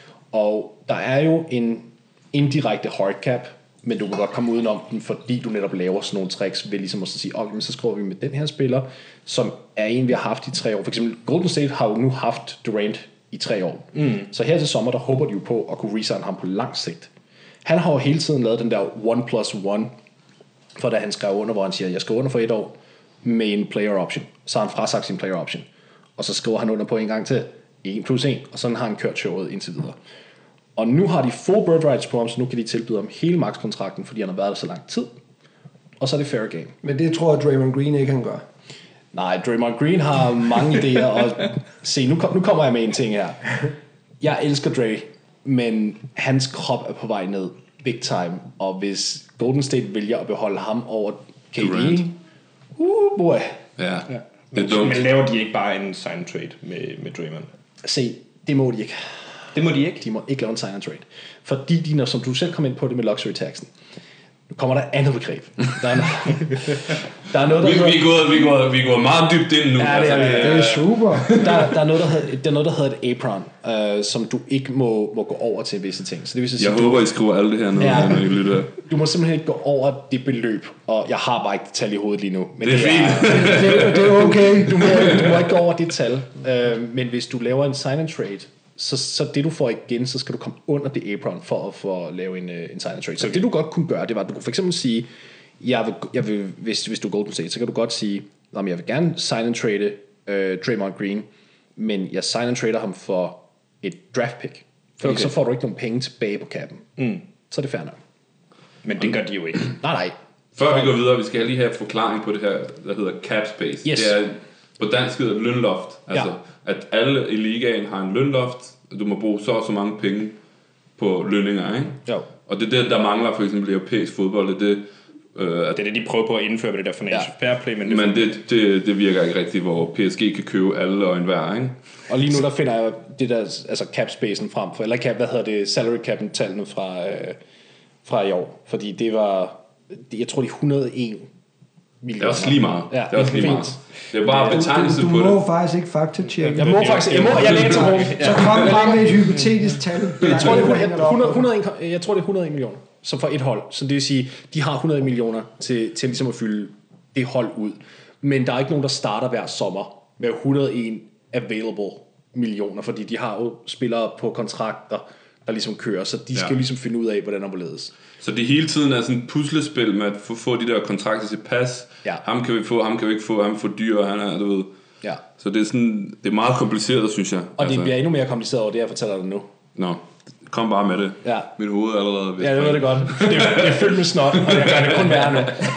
Og der er jo en indirekte hard cap, men du kan godt komme udenom den, fordi du netop laver sådan nogle tricks ved ligesom at sige, okay, men så skriver vi med den her spiller, som er en, vi har haft i tre år. For eksempel Golden State har jo nu haft Durant i tre år. Mm. Så her til sommer, der håber de jo på at kunne resign ham på lang sigt. Han har jo hele tiden lavet den der one plus one, for da han skrev under, hvor han siger, jeg skal under for et år med en player option. Så har han frasagt sin player option. Og så skriver han under på en gang til en plus en, og sådan har han kørt showet indtil videre. Og nu har de full bird rights på ham, så nu kan de tilbyde ham hele max-kontrakten, fordi han har været der så lang tid. Og så er det fair game. Men det tror jeg, Draymond Green ikke kan gøre. Nej, Draymond Green har mange idéer, og se, nu, kom, nu kommer jeg med en ting her. Jeg elsker Dre, men hans krop er på vej ned big time, og hvis Golden State vælger at beholde ham over K D, uh boy. Ja, ja. Men, men laver de ikke bare en sign trade med, med Draymond? Se, det må de ikke. Det må de ikke? De må ikke lave en sign and trade. Fordi de, når, som du selv kom ind på det med luxury taxen, nu kommer der et andet begreb. Der er, der er noget, der vi, hedder... Vi er, gået, vi, er gået, vi er gået meget dybt ind nu. Ja, det er, altså, det er super. Der, der, er noget, der hedder, der er noget, der hedder et apron, øh, som du ikke må, må gå over til visse ting. Så det vil sige, jeg håber, I skriver alt det her ned, ja, når I lytter. Du må simpelthen ikke gå over det beløb, og jeg har bare ikke det tal i hovedet lige nu. Men det er fint. det, er, det er okay. Du må, du må ikke gå over det tal. Øh, men hvis du laver en sign and trade, Så, så det du får igen, så skal du komme under det apron for at, for at lave en, en sign and trade. Så okay. Det du godt kunne gøre, det var, at du kunne for eksempel sige, jeg vil, jeg vil, hvis, hvis du er Golden State, så kan du godt sige, jeg vil gerne sign and trade uh, Draymond Green, men jeg sign and trader ham for et draft pick. Fordi okay. Så får du ikke nogen penge tilbage på cappen. Mm. Så er det fair nok. Men det gør de jo ikke. Nej, nej. Før vi går videre, vi skal lige have forklaring på det her, der hedder cap space. Yes. Det er på dansk hedder lønloft. Altså, ja. At alle i ligaen har en lønloft, du må bruge så og så mange penge på lønninger, ikke? Jo. Og det er det, der mangler for eksempel i europæisk fodbold, det er det, Øh, det er det, de prøver på at indføre med det der financial ja. fair play. Men, det, men det, det, det virker ikke rigtigt, hvor P S G kan købe alle og enhver, ikke? Og lige nu der finder jeg det der, altså cap-spacen frem for, eller cap, hvad hedder det, salary cap'en tallene fra, øh, fra i år. Fordi det var, jeg tror de et hundrede og en millioner. Det er også lige meget. Ja, det er også lige meget. Det er bare betegnelse på det. Du må det. faktisk ikke faktatjekke. Jeg må faktisk, jeg må, jeg læser på. Så kom bare med et hypotetisk tal. Jeg tror, det er hundrede og en, jeg tror det er hundrede og en millioner, så for et hold. Så det vil sige, de har hundrede millioner til, til ligesom at fylde det hold ud. Men der er ikke nogen, der starter hver sommer med et hundrede og en available millioner, fordi de har jo spillere på kontrakter, der ligesom kører, så de skal jo ja. ligesom finde ud af, hvordan der må ledes. Så det hele tiden er sådan et puslespil med at få, få de der kontrakter til pas. Ja. Ham kan vi få, ham kan vi ikke få, ham er for dyr, og han er, du ved. Ja. Så det er sådan, det er meget kompliceret, synes jeg. Og altså. Det bliver endnu mere kompliceret over det, jeg fortæller dig nu. Nå, kom bare med det. Ja. Mit hoved er allerede... Ja, det ved det godt. Det er, det er fyldt med snot, og jeg gør det kun værre nu.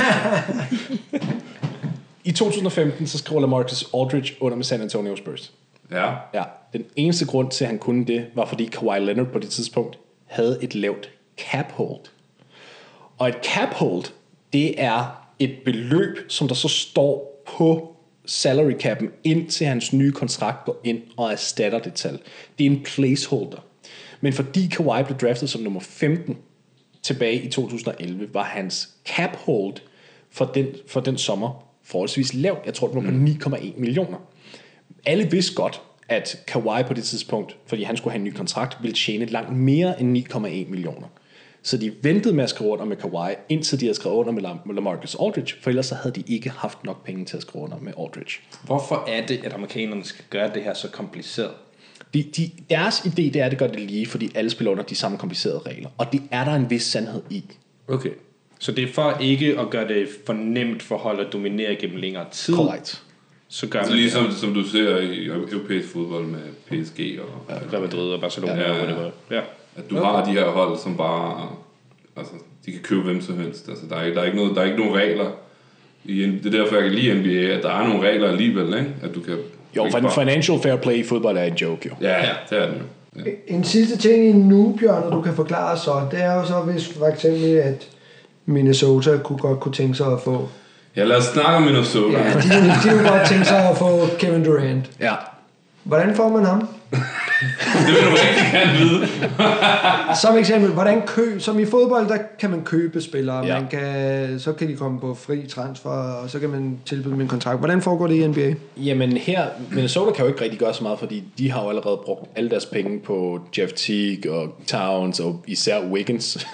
I to tusind og femten, så skrev LaMarcus Aldridge under med San Antonio Spurs. Ja. Ja. Den eneste grund til, at han kunne det, var fordi Kawhi Leonard på det tidspunkt havde et lavt cap hold. Og et cap hold, det er et beløb, som der så står på salary cap'en, indtil hans nye kontrakt går ind og erstatter det tal. Det er en placeholder. Men fordi Kawhi blev draftet som nummer femten tilbage i to tusind og elleve, var hans cap hold for den, for den sommer forholdsvis lavt. Jeg tror, det var på ni komma en millioner. Alle vidste godt, at Kawhi på det tidspunkt, fordi han skulle have en ny kontrakt, ville tjene langt mere end ni komma en millioner. Så de ventede med at skrive under med Kawhi, indtil de havde skrevet under med LaMarcus Aldridge, for ellers så havde de ikke haft nok penge til at skrive under med Aldridge. Hvorfor er det, at amerikanerne skal gøre det her så kompliceret? De, de, deres idé, det er, at det gør det lige, fordi alle spiller under de samme komplicerede regler, og det er der en vis sandhed i. Okay. Så det er for ikke at gøre det for nemt for hold at dominere gennem længere tid. Korrekt. Så gør man det ligesom som du ser i europæisk fodbold med P S G og ja, Real Madrid og Barcelona. Ja, ja, ja. Ja. At du okay. har de her hold, som bare, altså, de kan købe hvem som helst. Altså, der er, der er ikke noget, der er ikke nogen regler. Det er derfor jeg kan lide N B A, at der er nogle regler alligevel, ikke? At du kan. Jo, for en financial fair play i fodbold er en joke, jo. Ja, ja, det er den jo. Ja. En sidste ting nu, Bjørn, du kan forklare så, det er jo så, hvis for eksempel, at Minnesota kunne godt kunne tænke sig at få. Ja, lad os snakke om Minnesota. Ja, de, de kunne godt tænke sig at få Kevin Durant. Ja. Hvordan får man ham? Det vil du rigtig gerne vide. Som eksempel, hvordan køb, som i fodbold, der kan man købe spillere, ja. man kan, så kan de komme på fri transfer, og så kan man tilbyde dem en kontrakt. Hvordan foregår det i N B A? Jamen her, Minnesota kan jo ikke rigtig gøre så meget, fordi de har jo allerede brugt alle deres penge på Jeff Teague og Towns og især Wiggins.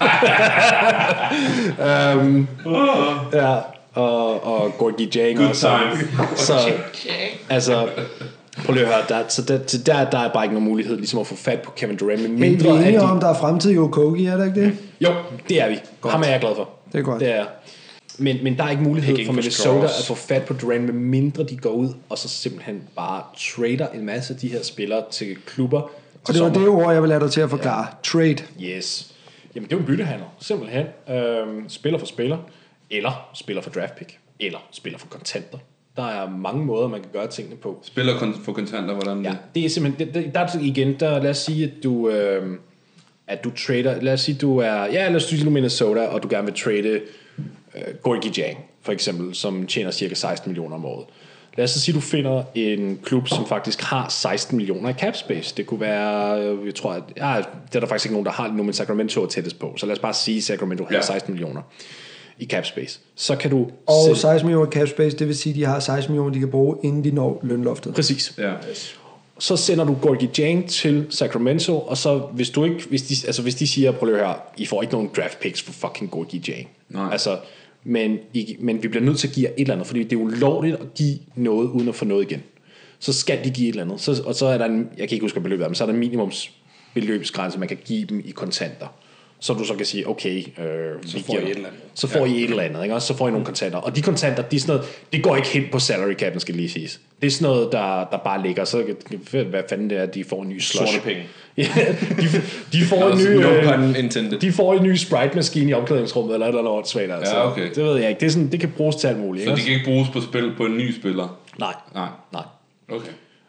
um, ja, og, og Gorgie Jang Good også. time. Så, altså, prøv lige at høre, der, så der, der, der er bare ikke nogen mulighed ligesom at få fat på Kevin Durant. Men mindre, hey, vi er enige de... om, der er fremtid i Okogie, er det ikke det? Jo, det er vi. Godt. Ham er jeg glad for. Det er godt. Det er. Men, men der er ikke mulighed ikke for Minnesota at få fat på Durant, med mindre de går ud og så simpelthen bare trader en masse af de her spillere til klubber. Og det var det ord, jeg vil lade dig til at forklare. Ja. Trade. Yes. Jamen det er jo en byttehandel. Simpelthen. Øhm, spiller for spiller, eller spiller for draft pick, eller spiller for kontanter. Der er mange måder, man kan gøre tingene på. Spiller for kontanter, hvordan ja, det? det er simpelthen, det, der er igen, der, lad os sige, at du, øh, at du trader, lad os sige, du er, ja, lad os sige, du er Minnesota, og du gerne vil trade øh, Gorgie Jang, for eksempel, som tjener cirka seksten millioner om året. Lad os så sige, at du finder en klub, som faktisk har seksten millioner i cap space. Det kunne være, jeg tror, at ja, det er der faktisk ikke nogen, der har nu, men Sacramento er tættest på. Så lad os bare sige, at Sacramento har ja. seksten millioner i cap space. Så kan du og sætte... seksten millioner cap space, det vil sige, at de har seksten millioner, de kan bruge, inden de når lønloftet. Præcis. Ja. Så sender du Gorgie Jang til Sacramento, og så hvis du ikke, hvis de, altså hvis de siger, prøv lige at høre, I får ikke nogen draft picks for fucking Gorgie Jang. Nej. Altså, men, I, men vi bliver nødt til at give jer et eller andet, fordi det er ulovligt at give noget, uden at få noget igen. Så skal de give et eller andet. Så, og så er der en, jeg kan ikke huske beløbet, men så er der en minimumsbeløbsgrænse, man kan give dem i kontanter. Så du så kan sige, okay, øh, så får I et eller andet. Så får ja. I et eller andet, ikke? Og så får I nogle kontanter. Og de kontanter, de er sådan noget, det går ikke hen på salary cap'en, skal lige siges. Det er sådan noget, der, der bare ligger. Så hvad fanden det er, de får en ny slush. Sorte penge. Ja, de, de får en ny, no øh, de får en ny Sprite-maskine i omklædningsrummet, eller et eller andet åndssvagt. Altså. Ja, okay. Det ved jeg ikke. Det, er sådan, det kan bruges til alt muligt. Så ikke? de kan ikke bruges på spil på en ny spiller? Nej. Nej. Nej. Okay.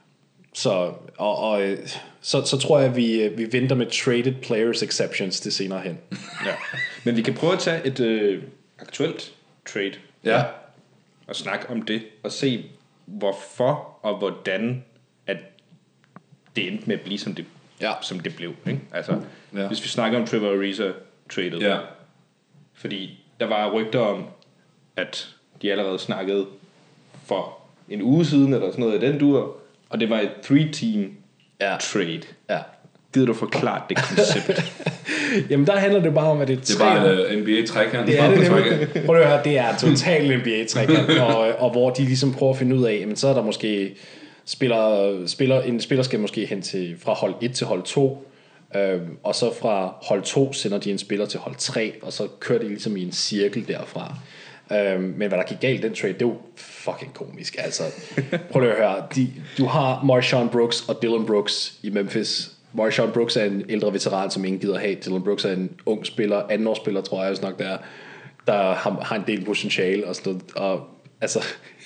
Så, og, og, så, så tror jeg, at vi, vi venter med traded players exceptions til senere hen. Ja. Men vi kan prøve at tage et, øh, aktuelt trade. Ja. Og snakke om det, og se hvorfor og hvordan at det endte med at blive, som det, ja. som det blev. Ikke? Altså, ja. Hvis vi snakker om Trevor Ariza-tradet. Ja. Fordi der var rygter om, at de allerede snakkede for en uge siden, eller sådan noget i den dur, og det var et three-team ja. trade. Ja. Gider du forklare det koncept? Jamen der handler det bare om, at det er Det er bare en N B A-trækant. Det er det nemlig. Prøv at høre, det er totalt en N B A-trækant, og, og hvor de ligesom prøver at finde ud af, jamen så er der måske spiller, spiller, en spiller skal måske hen til fra hold et til hold to, øh, og så fra hold to sender de en spiller til hold tre, og så kører de ligesom i en cirkel derfra. Øh, men hvad der gik galt den trade, det er jo fucking komisk. Altså, prøv lige at høre, de, du har Marshawn Brooks og Dylan Brooks i Memphis. Marshawn Brooks er en ældre veteran, som ingen gider have. Dylan Brooks er en ung spiller, andenårsspiller, tror jeg nok, der, der har, har en del potentiale og sådan noget. Og altså,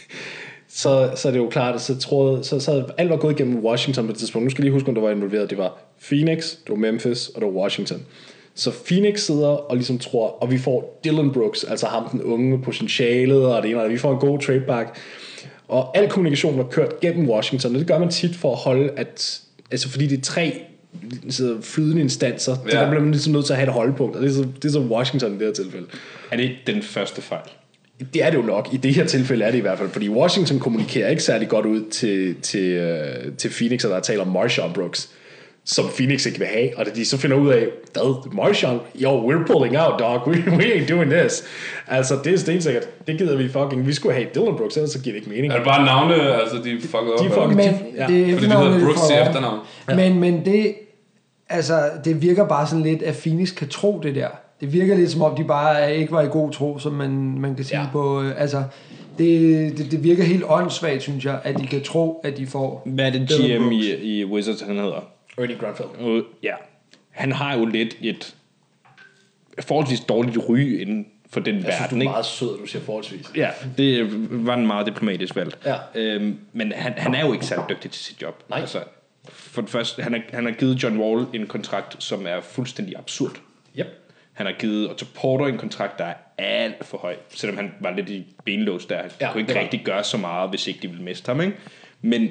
så, så er det jo klart, at så troede, så, så alt var gået igennem Washington på et tidspunkt. Nu skal jeg lige huske, om der var involveret. Det var Phoenix, det var Memphis, og det var Washington. Så Phoenix sidder og ligesom tror, og vi får Dylan Brooks, altså ham den unge potentialet, og det ene, og vi får en god tradeback. Og al kommunikation var kørt gennem Washington, og det gør man tit for at holde, at altså fordi det er tre så flydende instanser, ja. Der bliver man ligesom nødt til at have et holdepunkt, og det er så, det er så Washington i det her tilfælde. Er det ikke den første fejl? Det er det jo nok. I det her tilfælde er det i hvert fald, fordi Washington kommunikerer ikke særlig godt ud til, til, uh, til Phoenix, og der taler om Marshawn Brooks, som Phoenix ikke vil have, og da de så finder ud af, hvad, Marshawn, yo, we're pulling out, dog, we, we ain't doing this. Altså, det er stensikkert, det gider vi fucking, vi skulle have Dylan Brooks, ellers så giver det ikke mening. Er det bare navne, altså de fuckede op? De fuckede, men, de, ja. det, fordi de hedder Brooks til efternavn. Ja. Men, men det, altså, det virker bare sådan lidt, at Phoenix kan tro det der. Det virker lidt som om, de bare ikke var i god tro, som man, man kan sige ja. på, altså, det, det, det virker helt åndssvagt, synes jeg, at de kan tro, at de får... Hvad er det G M i, i Wizards, han hedder? Ernie Grunfeld. Uh, ja. Han har jo lidt et forholdsvis dårligt ryg inden for den jeg verden. Jeg synes, du er meget sød, du siger forholdsvis. Ja, det var en meget diplomatisk valg. Ja. Øhm, men han, han er jo ikke særlig dygtig til sit job. Nej. Altså, for det første, han har, han har givet John Wall en kontrakt, som er fuldstændig absurd. Yep. Han har givet Otto Porter en kontrakt, der er alt for høj, selvom han var lidt i benlås der. Han ja, kunne ikke rigtig gøre så meget, hvis ikke de ville miste ham. Ikke? Men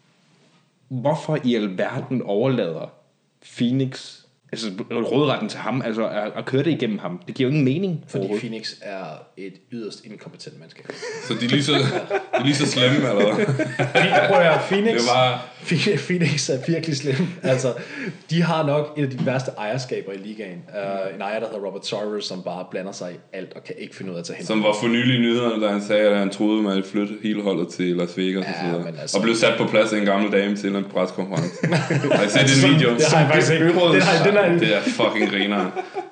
hvorfor i alverden overlader Phoenix altså rådretten til ham, altså at, at køre det igennem ham? Det giver jo ingen mening. Fordi Phoenix er et yderst inkompetent mandskab. Så de er lige så, de er lige så slemme, eller hvad? Prøv at høre, Phoenix, det var... Phoenix er virkelig slemme. Altså, de har nok et af de værste ejerskaber i ligaen. Uh, en ejer, der hedder Robert Sarver, som bare blander sig i alt og kan ikke finde ud af at tage hen. Som var for nylig i nyhederne, da han sagde, at han troede, man ville flytte hele holdet til Las Vegas ja, og så altså... og blev sat på plads af en gammel dame til en preskonference. Har I set den video? Det har jeg faktisk ikke. Den har, den har... Det er fucking griner.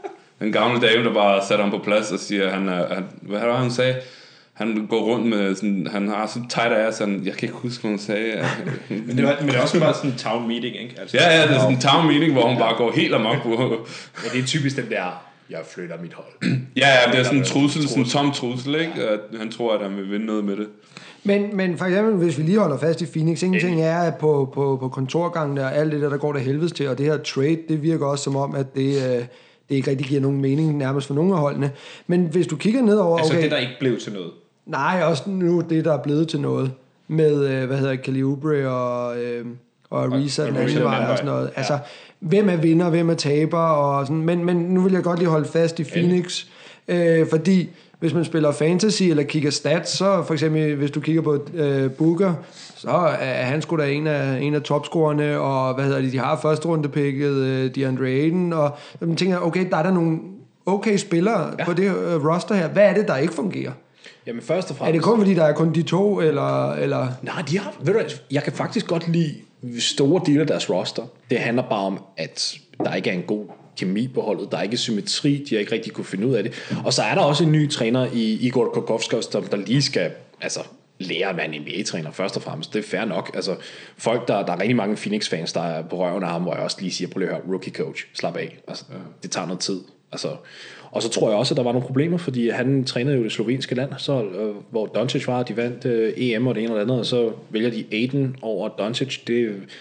En gammel dame, der bare satte ham på plads og siger, han er, han, hvad var han sagde? Han går rundt med sådan, han har sådan tight ass, han, jeg kan ikke huske, hvad hun sagde. men, det var, men det er også bare sådan en town meeting, ikke? Altså, ja, ja, det er sådan en town meeting, hvor hun bare går helt amok på. Ja, det er typisk den der, jeg flytter mit hold. Ja, ja, det er sådan en trussel, sådan en tom trussel, ikke? At han tror, at han vil vinde noget med det. Men, men for eksempel, hvis vi lige holder fast i Phoenix, ingenting er, at på, på, på kontorgangen der, alt det der, der går der helvedes til, og det her trade, det virker også som om, at det, øh, det ikke rigtig giver nogen mening nærmest for nogle af holdene. Men hvis du kigger nedover... Altså okay, det, der ikke blev til noget? Nej, også nu det, der er blevet til noget, med, øh, hvad hedder Kelly Oubre og, øh, og Ariza den anden vej og sådan noget. Ja. Altså, hvem er vinder, hvem er taber, og sådan. Men, men nu vil jeg godt lige holde fast i Phoenix, øh, fordi hvis man spiller fantasy eller kigger stats, så for eksempel, hvis du kigger på øh, Booker, så er han sgu da en af, en af topscorerne, og hvad hedder det, de har første rundepicket, øh, DeAndre Ayton, og man tænker, okay, der er der nogle okay spillere ja. på det øh, roster her. Hvad er det, der ikke fungerer? Jamen først og fremmest... Er det kun fordi, der er kun de to, eller... eller? Nej, de har... Ved du, jeg kan faktisk godt lide store dele af deres roster. Det handler bare om, at der ikke er en god kemi på holdet. Der er ikke symmetri. De har ikke rigtig kunne finde ud af det. Og så er der også en ny træner i Igor Kokovskov, der lige skal altså, lære at være en N B A-træner først og fremmest. Det er fair nok. Altså, folk, der, der er rigtig mange Phoenix-fans, der er på røven af ham, hvor jeg også lige siger, prøv lige at høre, rookie coach, slap af. Altså, ja. Det tager noget tid. Altså, og så tror jeg også, at der var nogle problemer, fordi han trænede jo det slovenske land, så, øh, hvor Doncic var, de vandt øh, E M og det ene og det andet, og så vælger de Ayton over Doncic. Det,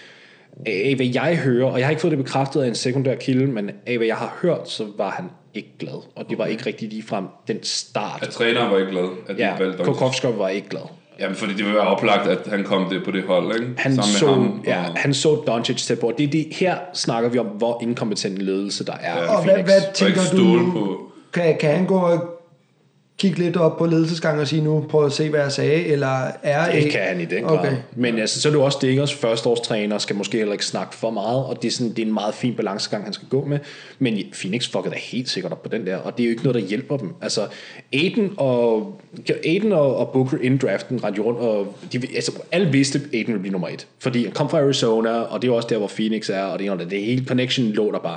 af hvad jeg hører, og jeg har ikke fået det bekræftet af en sekundær kilde, men af hvad jeg har hørt, så var han ikke glad. Og det var ikke rigtig ligefrem den start. At træneren var ikke glad? At ja, Kokovskov var ikke glad. Jamen, fordi det ville være oplagt, at han kom det på det hold, ikke? Han sammen så, med ham. ja, og... han så Doncic til på. Det er det, her snakker vi om, hvor inkompetent ledelse der er. Ja. Og hvad, hvad tænker du, på... kan, kan han gå og kigge lidt op på ledelsesgang og sige nu, prøv at se, hvad jeg sagde, eller er det kan han i den grad. Okay. Men altså, så er det jo også Diggers førsteårstræner, skal måske heller ikke snakke for meget, og det er, sådan, det er en meget fin balancegang, han skal gå med. Men Phoenix fuckede da helt sikkert op på den der, og det er jo ikke noget, der hjælper dem. Altså, Aiden og, Aiden og, og Booker inden draften rendte rundt, og de, altså, alle vidste, at Aiden ville blive nummer et, fordi han kom fra Arizona, og det er også der, hvor Phoenix er, og det er det hele connection lå der bare.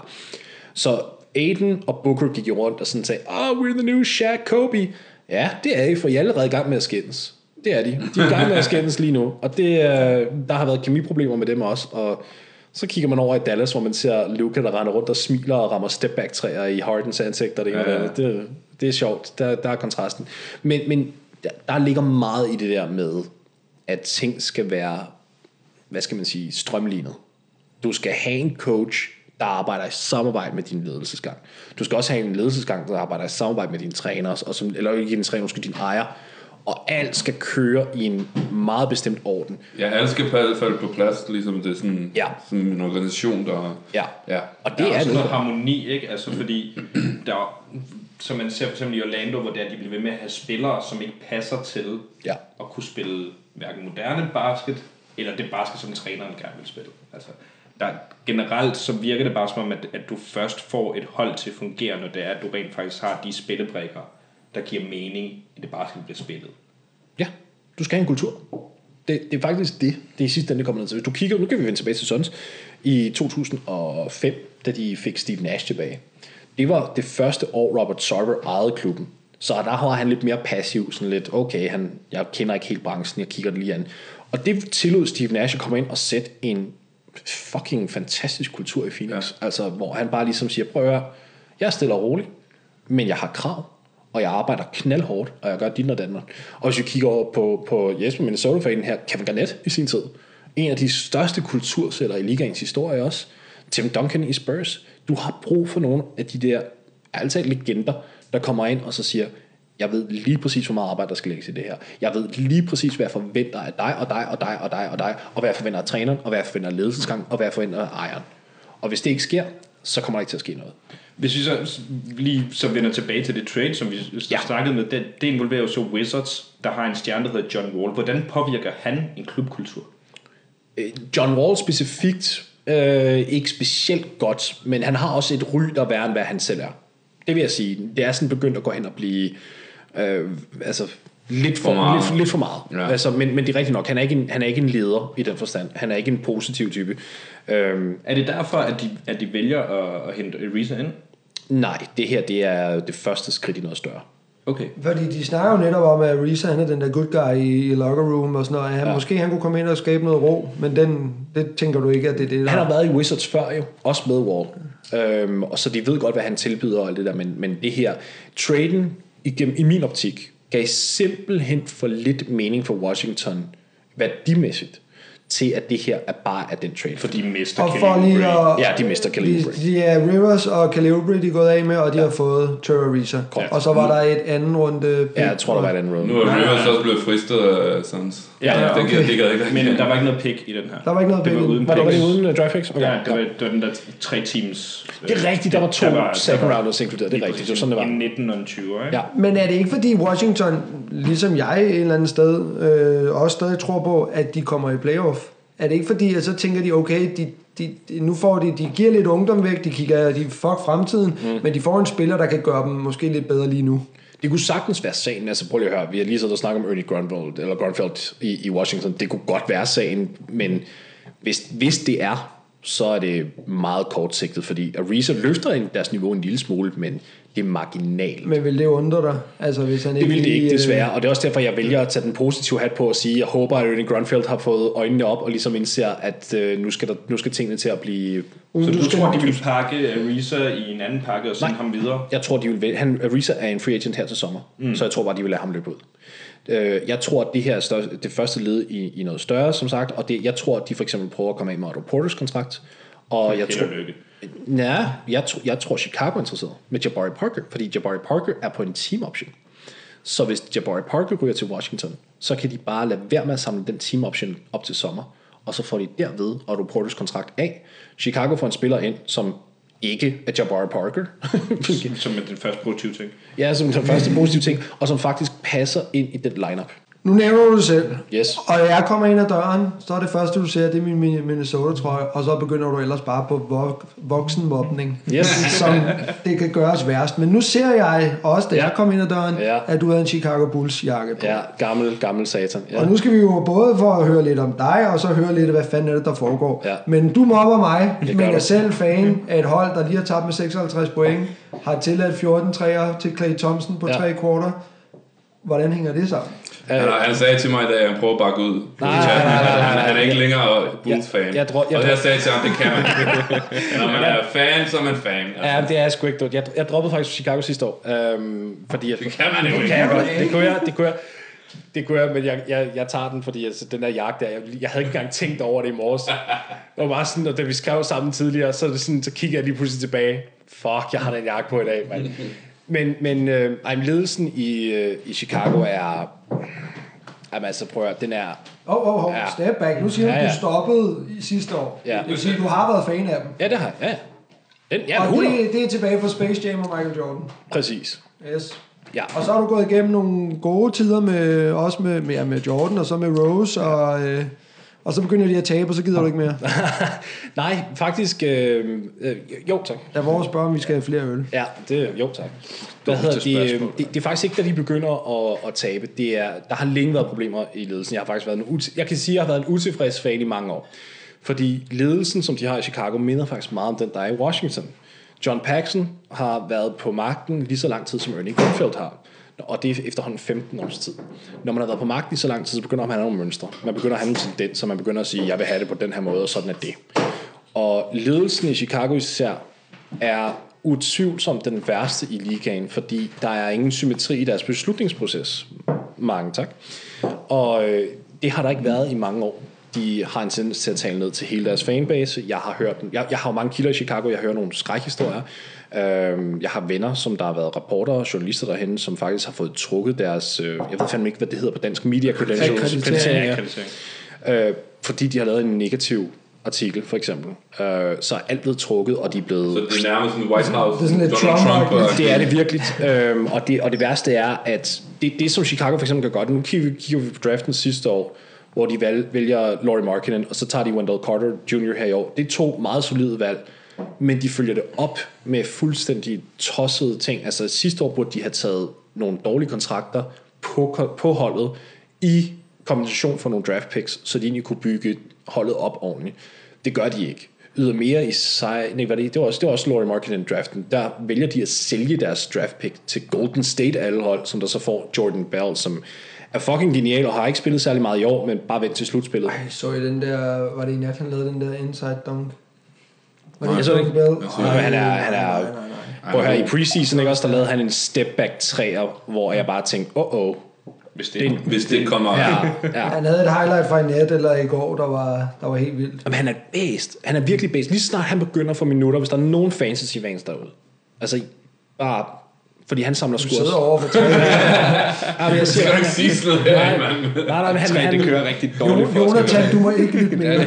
Så Aiden og Booker gik jo rundt og sådan sagde, oh, we're the new Shaq Kobe. Ja, det er I, for I er allerede i gang med at skændes. Det er de. De er i gang med at skændes lige nu. Og det, der har været kemiproblemer med dem også. Og så kigger man over i Dallas, hvor man ser Luka, der render rundt og smiler og rammer stepback-træer i Hardens ansigt. Og det, ja, ja. det, det er sjovt. Der, der er kontrasten. Men, men der, der ligger meget i det der med, at ting skal være, hvad skal man sige, strømlignet. Du skal have en coach, der arbejder i samarbejde med din ledelsesgang. Du skal også have en ledelsesgang, der arbejder i samarbejde med dine trænere, og som, eller ikke din træner, måske din ejer. Og alt skal køre i en meget bestemt orden. Ja, alt skal falde på plads, ligesom det er sådan, ja. sådan en organisation, der... Ja, ja. Og det der er, er sådan noget harmoni, ikke? Altså fordi, der, som man ser for eksempel i Orlando, hvor der de bliver ved med at have spillere, som ikke passer til ja. at kunne spille hverken moderne basket, eller det basket, som træneren gerne vil spille. Altså, der, generelt så virker det bare som om, at, at du først får et hold til at fungere, når det er, at du rent faktisk har de spillebrikker, der giver mening i det basket, der bliver spillet. Ja, du skal have en kultur. Det, det er faktisk det, det er sidst, den det kommer ned til. Hvis du kigger, nu kan vi vende tilbage til Suns, i to tusind og fem, da de fik Steve Nash tilbage. Det var det første år, Robert Sarver ejede klubben. Så der var han lidt mere passiv, sådan lidt, okay, han, jeg kender ikke helt branchen, jeg kigger det lige an. Og det tillod Steve Nash at komme ind og sætte en fucking fantastisk kultur i Phoenix. Ja. Altså, hvor han bare ligesom siger, prøv at høre, jeg er stille og rolig, men jeg har krav, og jeg arbejder knaldhårdt, og jeg gør dit og Danmark. Og hvis vi kigger over på, på Jesper Minnesota-fanen her, Kevin Garnett i sin tid, en af de største kultursættere i ligaens historie også, Tim Duncan i Spurs. Du har brug for nogle af de der, altså legender, der kommer ind og så siger, jeg ved lige præcis, hvor meget arbejde der skal lægges i det her. Jeg ved lige præcis, hvad jeg forventer af dig, og dig, og dig, og dig, og dig, og hvad jeg forventer af træneren, og hvad jeg forventer af ledelsesgang, og hvad jeg forventer af ejeren. Og hvis det ikke sker, så kommer der ikke til at ske noget. Hvis vi så lige så vender tilbage til det trade, som vi ja. snakkede med, det, det involverer jo så Wizards, der har en stjerne, der hedder John Wall. Hvordan påvirker han en klubkultur? John Wall specifikt, øh, ikke specielt godt, men han har også et ry, der er værre, end hvad han selv er. Det vil jeg sige. Det er sådan begyndt at gå hen og blive øh, altså lidt for, for meget. Lidt, lidt for meget. Ja. Altså, men, men det er rigtigt nok. Han er, ikke en, han er ikke en leder i den forstand. Han er ikke en positiv type. Øhm, er det derfor, at de, at de vælger at, at hente Ariza ind? Nej, det her det er det første skridt i noget større. Okay. Fordi de snakker jo netop om, at Ariza, han er den der good guy i, i locker room og sådan noget. Han, ja. Måske han kunne komme ind og skabe noget ro, men den, det tænker du ikke, at det er det, der... Han har været i Wizards før jo, også med Wall. Øhm, og så de ved godt, hvad han tilbyder og alt det der, men, men det her, traden igennem, i min optik, gav simpelthen for lidt mening for Washington, værdimæssigt, til at det her er bare af den trade. For de mister og for lige at, ja, de mister Kelly Oubre. De, de er Rivers og Kelly Oubre, de er gået af med, og de ja. har fået Trevor Ariza. Ja. Og så var der et anden runde. Ja, jeg tror, der var et andet runde. Nu er Rivers også blevet fristet af Suns. Ja, ja, okay. det, det gad ikke. Men der var ikke noget pick i den her. Der var ikke noget pick. Var, var det uden uh, draft picks? Okay. Ja, det var, det var den der tre teams. Det er rigtigt, der var to var, second rounders inkluderet. Det er rigtigt, det var sådan det var. En nitten og en tyve, ikke? Ja. Men er det ikke fordi Washington, ligesom jeg et eller andet sted, øh, også stadig tror på, at de kommer i playoff? Er det ikke fordi, at så tænker de, okay, de, de, nu får de, de giver lidt ungdom væk, de kigger, de fuck fremtiden, mm. men de får en spiller, der kan gøre dem måske lidt bedre lige nu. Det kunne sagtens være sagen, altså prøv lige at høre, vi har lige siddet og snakket om Ernie Grunfeld, eller Grunfeld i, i Washington, det kunne godt være sagen, men hvis, hvis det er, så er det meget kortsigtet, fordi Ariza løfter deres niveau en lille smule, men det er marginalt. Men vil det undre dig? Altså, hvis han det ikke vil det ikke, lige, desværre. Og det er også derfor, jeg vælger at tage den positive hat på og sige, jeg håber, at Ernie Grunfeld har fået øjnene op og ligesom indser, at øh, nu, skal der, nu skal tingene til at blive... Så du, du tror, de vil pakke Ariza i en anden pakke og sende ham videre? Jeg tror, de vil... Han, Ariza er en free agent her til sommer, mm. så jeg tror bare, de vil lade ham løbe ud. Øh, jeg tror, at det her er større, det første led i, i noget større, som sagt, og det, jeg tror, at de for eksempel prøver at komme af med Otto Porters kontrakt, og jeg tror, ja, jeg, tro, jeg tror, Chicago er interesseret med Jabari Parker, fordi Jabari Parker er på en team option. Så hvis Jabari Parker ryger til Washington, så kan de bare lade være med at samle den team option op til sommer, og så får de derved Otto Porters kontrakt af. Chicago får en spiller ind, som ikke er Jabari Parker. som, som er den første positive ting. Ja, som den første positive ting, og som faktisk passer ind i den lineup. Nu nævner du det selv, yes. Og jeg kommer ind ad døren, så er det første du ser, det er min Minnesota-trøje, og så begynder du ellers bare på vok- voksenmobning, yes. som det kan gøres værst. Men nu ser jeg også, da ja. jeg kom ind ad døren, ja. at du havde en Chicago Bulls jakke på. Ja, gammel, gammel satan. Ja. Og nu skal vi jo både for at høre lidt om dig, og så høre lidt, hvad fanden er det, der foregår. Ja. Men du mobber mig, men jeg er selv fan af et hold, der lige har tabt med seksoghalvtreds point, har tilladt fjorten træer til Klay Thompson på ja. tre kvarter. Hvordan hænger det sammen? Han, han sagde til mig i dag, at han prøver at bakke ud. Nej, nej, nej, nej, nej, han er ikke længere Bulls-fan. Jeg, jeg tror, jeg, og jeg sagde til ham, det kan man. Når man er fan, så er man fan. Altså. Ja, det er sgu ikke dumt. Jeg, jeg droppede faktisk Chicago sidste år. Øhm, fordi jeg, det kan man jo ikke. Det kan jeg godt. Det kunne jeg, det kunne jeg. Det kunne jeg, men jeg, jeg, jeg tager den, fordi altså, den der jagt der, jeg, jeg havde ikke engang tænkt over det i morges. Det var bare sådan, og da vi skrev sammen tidligere, så, det sådan, så kigger jeg lige pludselig tilbage. Fuck, jeg har den jagt på i dag, mand. Men, men øh, ledelsen i, øh, i Chicago er... Jamen altså, prøv at den er... Åh, åh, åh, step back. Nu siger du, ja, ja. du stoppede i sidste år. Ja. Det vil sige, du har været fan af dem. Ja, det har jeg. Ja. Den, ja, og det, det er tilbage fra Space Jam og Michael Jordan. Præcis. Yes. Ja. Og så har du gået igennem nogle gode tider med, også med, med, med Jordan, og så med Rose, og, øh, og så begynder de at tabe, og så gider du ikke mere. Nej, faktisk... Øh, øh, jo, tak. Der er vores spørg, om vi skal have flere øl. Ja, det jo, tak. Hvad hedder det, det, det er faktisk ikke, da de begynder at, at tabe. Det er, der har længe været problemer i ledelsen. Jeg har faktisk været en uti- jeg kan sige, at jeg har været en utilfreds fan i mange år. Fordi ledelsen, som de har i Chicago, minder faktisk meget om den, der er i Washington. John Paxson har været på magten lige så lang tid, som Ernie Grunfeld har. Og det er efterhånden femten års tid. Når man har været på magten i så lang tid, så begynder man at have nogle mønstre. Man begynder at have nogle tendenser, man begynder at sige, jeg vil have det på den her måde, og sådan er det. Og ledelsen i Chicago især er utvivlsomt den værste i ligaen, fordi der er ingen symmetri i deres beslutningsproces. Mange tak. Og øh, det har der ikke været i mange år. De har en tendens til at tale ned til hele deres fanbase. Jeg har hørt, jeg, jeg har jo mange kilder i Chicago, jeg hører nogle skrækhistorier. Uh, jeg har venner, som der har været reportere og journalister derhen, som faktisk har fået trukket deres, uh, jeg ved fandme ikke, hvad det hedder på dansk, media credentials, ja, uh, fordi de har lavet en negativ artikel, for eksempel. Uh, så er alt blevet trukket, og de er blevet... Så det er nærmest en White House, det er sådan Donald Trump. Trump det er det virkelig. Uh, og, det, og det værste er, at det, det som Chicago for eksempel kan godt, nu kigger vi, kigger vi på draften sidste år, hvor de valg, vælger Lauri Markkanen, og så tager de Wendell Carter junior her i år. Det er to meget solide valg, men de følger det op med fuldstændig tossede ting. Altså sidste år burde de have taget nogle dårlige kontrakter på, på holdet i kompensation for nogle draft picks, så de egentlig kunne bygge holdet op ordentligt. Det gør de ikke. Ydermere i sig, nej, hvad det, det var også, det var også Lauri Markkanen draften. Der vælger de at sælge deres draft pick til Golden State alle hold, som der så får Jordan Bell, som er fucking genial og har ikke spillet særlig meget i år, men bare vent til slutspillet. Ej, så i den der, var det en af, han lavede den der inside dunk? Var det jeg så ikke? Nej, han er, han er, nej, nej, nej. Hvor her i preseason, ikke også, der lavede han en step back træer, hvor jeg bare tænkte, åh, oh, oh. Hvis det, det, hvis det kommer ja, ja. Han havde et highlight fra i nat eller i går, der var, der var helt vildt. Jamen, han er based. Han er virkelig based. Lige snart han begynder at få minutter, hvis der er nogen fantasy fans derude. Altså, bare... Fordi han samler scores. Du sidder over for tre. Ja, men jeg siger, skal du ikke sige sådan noget her, mand? Nej, nej, men han... Det kører rigtig dårligt for os. Jonathan, du må ikke lytte mere.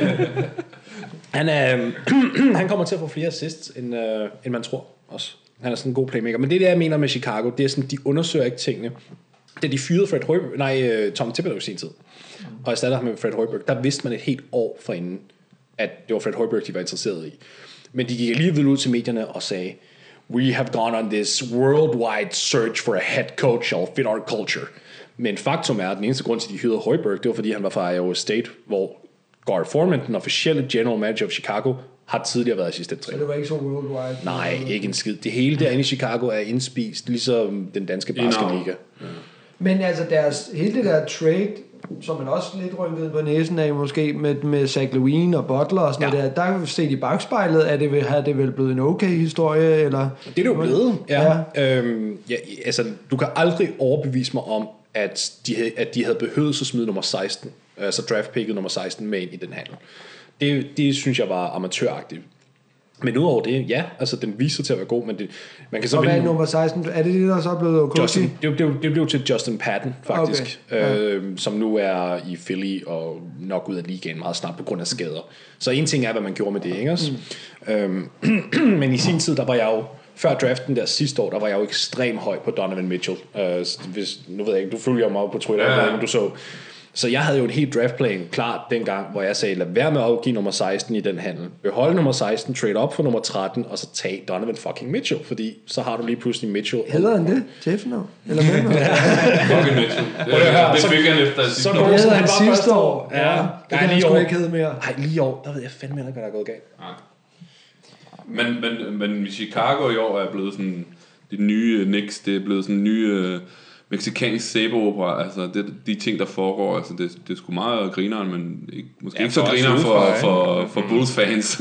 Han, er, han kommer til at få flere assists, end, øh, end man tror også. Han er sådan en god playmaker. Men det, der jeg mener med Chicago, det er sådan, de undersøger ikke tingene. Da de fyrede Fred Hoiberg, nej, Tom Thibodeau i sin tid, og erstatter ham med Fred Hoiberg, der vidste man et helt år forinden, at det var Fred Hoiberg, de var interesseret i. Men de gik alligevel ud til medierne og sagde, we have gone on this worldwide search for a head coach that will fit our culture. Men faktum er, at den eneste grund til, at de hyrede Hoiberg, det var fordi han var fra Iowa State, hvor Gar Forman, den officielle general manager of Chicago, har tidligere været assistenttræner. Så det var ikke så worldwide? Nej, ikke en skid. Det hele derinde i Chicago er indspist, ligesom den danske basketliga. Ja. Men altså deres, hele det der trade, som man også lidt rynket på næsen af måske, med, med Zach LaVine og Butler og sådan ja. noget der, der set i bagspejlet, at det vil, have det vel blevet en okay historie, eller? Det er det jo blevet, ja. ja. Øhm, ja. Altså, du kan aldrig overbevise mig om, at de, havde, at de havde behøvet at smide nummer seksten, altså draftpicket nummer seksten med ind i den handel. Det, det synes jeg var amatøragtigt. Men udover det, ja, altså den viser til at være god, men det, man kan så... Og hvad er nummer seksten? Er det det, der så er blevet Okochi? Justin, det, det, det blev til Justin Patton, faktisk, okay. ja. øh, som nu er i Philly og nok ud af ligaen meget snart på grund af skader. Så en ting er, hvad man gjorde med det, ikke også? Mm. Øhm, men i sin tid, der var jeg jo... Før draften der sidste år, der var jeg jo ekstremt høj på Donovan Mitchell. Uh, hvis, nu ved jeg ikke, du følger mig på Twitter, ja. Eller, du så... Så jeg havde jo en helt draftplan klart dengang, hvor jeg sagde, lad være med at afgive nummer seksten i den handel. Behold nummer seksten, trade op for nummer tretten, og så tag Donovan fucking Mitchell, fordi så har du lige pludselig Mitchell. Hedder han det? Jeff nu? Eller hvad? Fucking Mitchell. Det, det fik han efter sidste år. Så hedder han sidste år. Ja, det kan han sgu ikke hedde mere. Nej, lige i år, der ved jeg fandme ikke, hvad der er gået galt. Nej. Men, men, men Chicago i år er blevet sådan det nye Knicks, det er blevet sådan nye... mexicansk sæbeopera, altså det, de ting der foregår, altså det, det er sgu meget grineren, men ikke, måske ja, ikke så grineren for, for, for Bulls fans.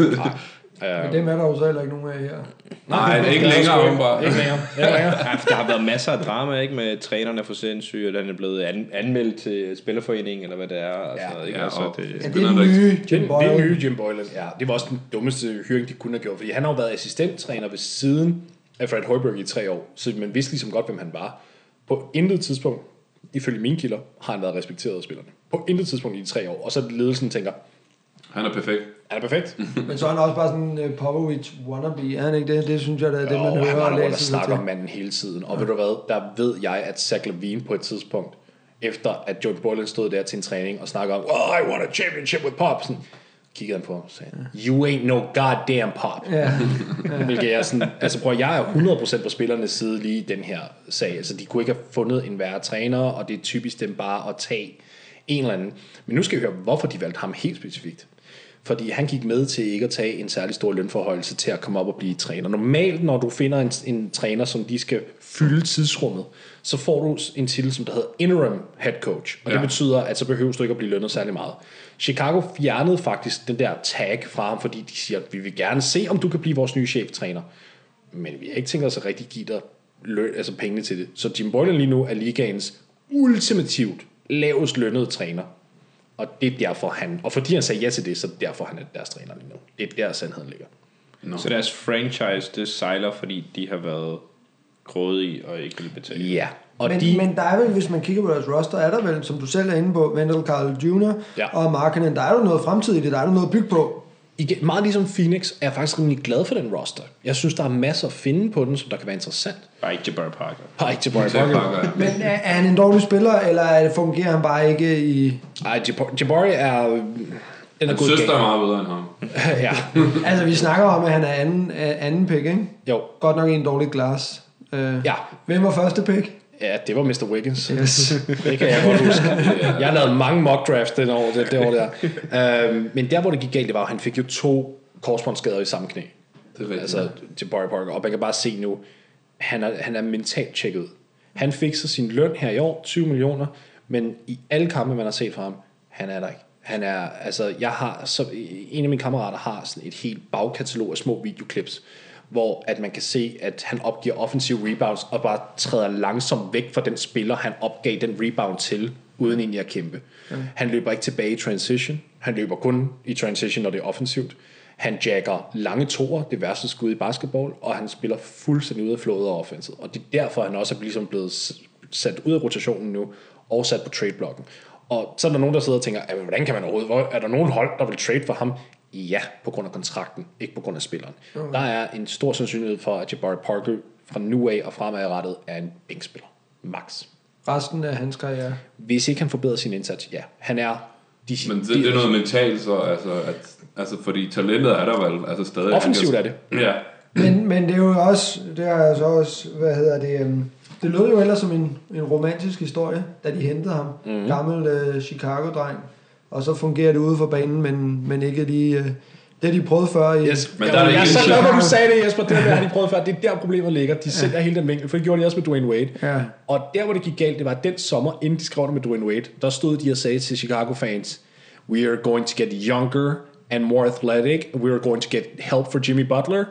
Ja. Men dem er der jo så heller ikke nogen af her. Nej, ikke længere. Bare. Ikke længere. Ja, der har været masser af drama, ikke, med trænerne for sindssyge, og den er blevet an, anmeldt til Spillerforeningen, eller hvad det er. Altså, ja, ikke? Ja, altså, og, det, ja, det er nye Jim Boylan. Det er nye Jim Boylan, ja. Det var også den dummeste hyring, de kunne have gjort, fordi han har jo været assistenttræner ved siden af Fred Hoiberg i tre år, så man vidste ligesom godt, hvem han var. På intet tidspunkt, ifølge mine kilder, har han været respekteret af spillerne. På intet tidspunkt i de tre år. Og så ledelsen tænker, han er perfekt. Han er perfekt. Men så er han også bare sådan uh, Popovich wannabe, er han ikke det? Det synes jeg, det er det, man jo, hører og læser. Der snakker om manden hele tiden. Og ja. Ved du hvad, der ved jeg, at Zach LaVine på et tidspunkt, efter at John Boylan stod der til en træning og snakker om, oh, I want a championship with Pop. Sådan, kiggede han på og sagde, you ain't no goddamn Pop. Ja. Ja. Hvilket er sådan, altså prøv, jeg er hundrede procent på spillernes side lige i den her sag. Altså de kunne ikke have fundet en værre træner, og det er typisk dem bare at tage en eller anden. Men nu skal vi høre, hvorfor de valgte ham helt specifikt. Fordi han gik med til ikke at tage en særlig stor lønforhøjelse til at komme op og blive træner. Normalt, når du finder en, en træner, som de skal fylde tidsrummet, så får du en titel, som der hedder interim head coach. Og ja. Det betyder, at så behøver du ikke at blive lønnet særlig meget. Chicago fjernede faktisk den der tag fra ham, fordi de siger, at vi vil gerne se, om du kan blive vores nye cheftræner. Men vi har ikke tænkt os at rigtig give dig løn, altså pengene til det. Så Jim Boylan lige nu er ligaens ultimativt lavest lønnede træner. Og det er derfor han, og fordi han sagde ja til det, så derfor han er deres træner lige nu. Det er der sandheden ligger. No. Så deres franchise, det sejler, fordi de har været grådige og ikke vil betale. Ja. Og men, de, men der er vel, hvis man kigger på deres roster, er der vel, som du selv er inde på, Wendell Carter junior Ja. Og Markkanen, der er jo noget fremtid i det, der er jo noget at bygge på. Igen, meget ligesom Phoenix er jeg faktisk rimelig glad for den roster. Jeg synes, der er masser at finde på den, som der kan være interessant. Bare ikke Jabari Parker. Bare ikke Jabari Parker. Men er, er han en dårlig spiller, eller fungerer han bare ikke i... Ej, Jabari er... Den er søster er meget bedre end ham. Ja. Altså, vi snakker om, at han er anden, anden pick, ikke? Jo. Godt nok en dårlig glas. Uh, ja. Hvem var første pick? Ja, det var mister Wiggins. Yes. Det kan jeg godt huske. Jeg har lavet mange mock drafts det år, det, det år der. Um, men der, hvor det gik galt, det var, at han fik jo to korsbåndsskader i samme knæ. Det er altså, til Jabari Parker. Og man kan bare se nu, han er, han er mentalt tjekket ud. Han fik så sin løn her i år, tyve millioner, men i alle kampe, man har set fra ham, han er der ikke. Han er, altså, jeg har, så, en af mine kammerater har sådan et helt bagkatalog af små videoklips, hvor at man kan se, at han opgiver offensive rebounds og bare træder langsomt væk fra den spiller, han opgav den rebound til, uden egentlig at kæmpe. Mm. Han løber ikke tilbage i transition. Han løber kun i transition, når det er offensivt. Han jagger lange toer, det værste skud i basketball, og han spiller fuldstændig ud af flowet og offenset. Og det er derfor, han også er ligesom blevet sat ud af rotationen nu, og sat på trade-blokken. Og så er der nogen, der sidder og tænker, hvordan kan man overhovedet, er der nogen hold, der vil trade for ham? Ja, på grund af kontrakten, ikke på grund af spilleren. Okay. Der er en stor sandsynlighed for, at Jabari Parker fra nu af og fremadrettet er en bænkspiller. Max. Resten af hans karriere. Hvis ikke han forbedrer sin indsats, ja. Han er... De, Men det, det er noget mentalt, så altså, at, altså fordi talentet er der vel, altså stadig... Offensivt er det. Ja. Men, men det er jo også, det er altså også, hvad hedder det, um, det lød jo ellers som en, en romantisk historie, da de hentede ham. Mm-hmm. Gammel uh, Chicago-dreng. Og så fungerer det ude for banen, men, men ikke lige... Uh, det har de prøvet før i... Yes, men der er jeg er så glad, når du sagde det, Jesper. Det har de prøvet før. Det er der problemet ligger. De sælger ja. hele den vinkel, for det gjorde de også med Dwayne Wade. Ja. Og der, hvor det gik galt, det var den sommer, inden de skrev det med Dwayne Wade, der stod de og sagde til Chicago-fans, we are going to get younger and more athletic. We are going to get help for Jimmy Butler.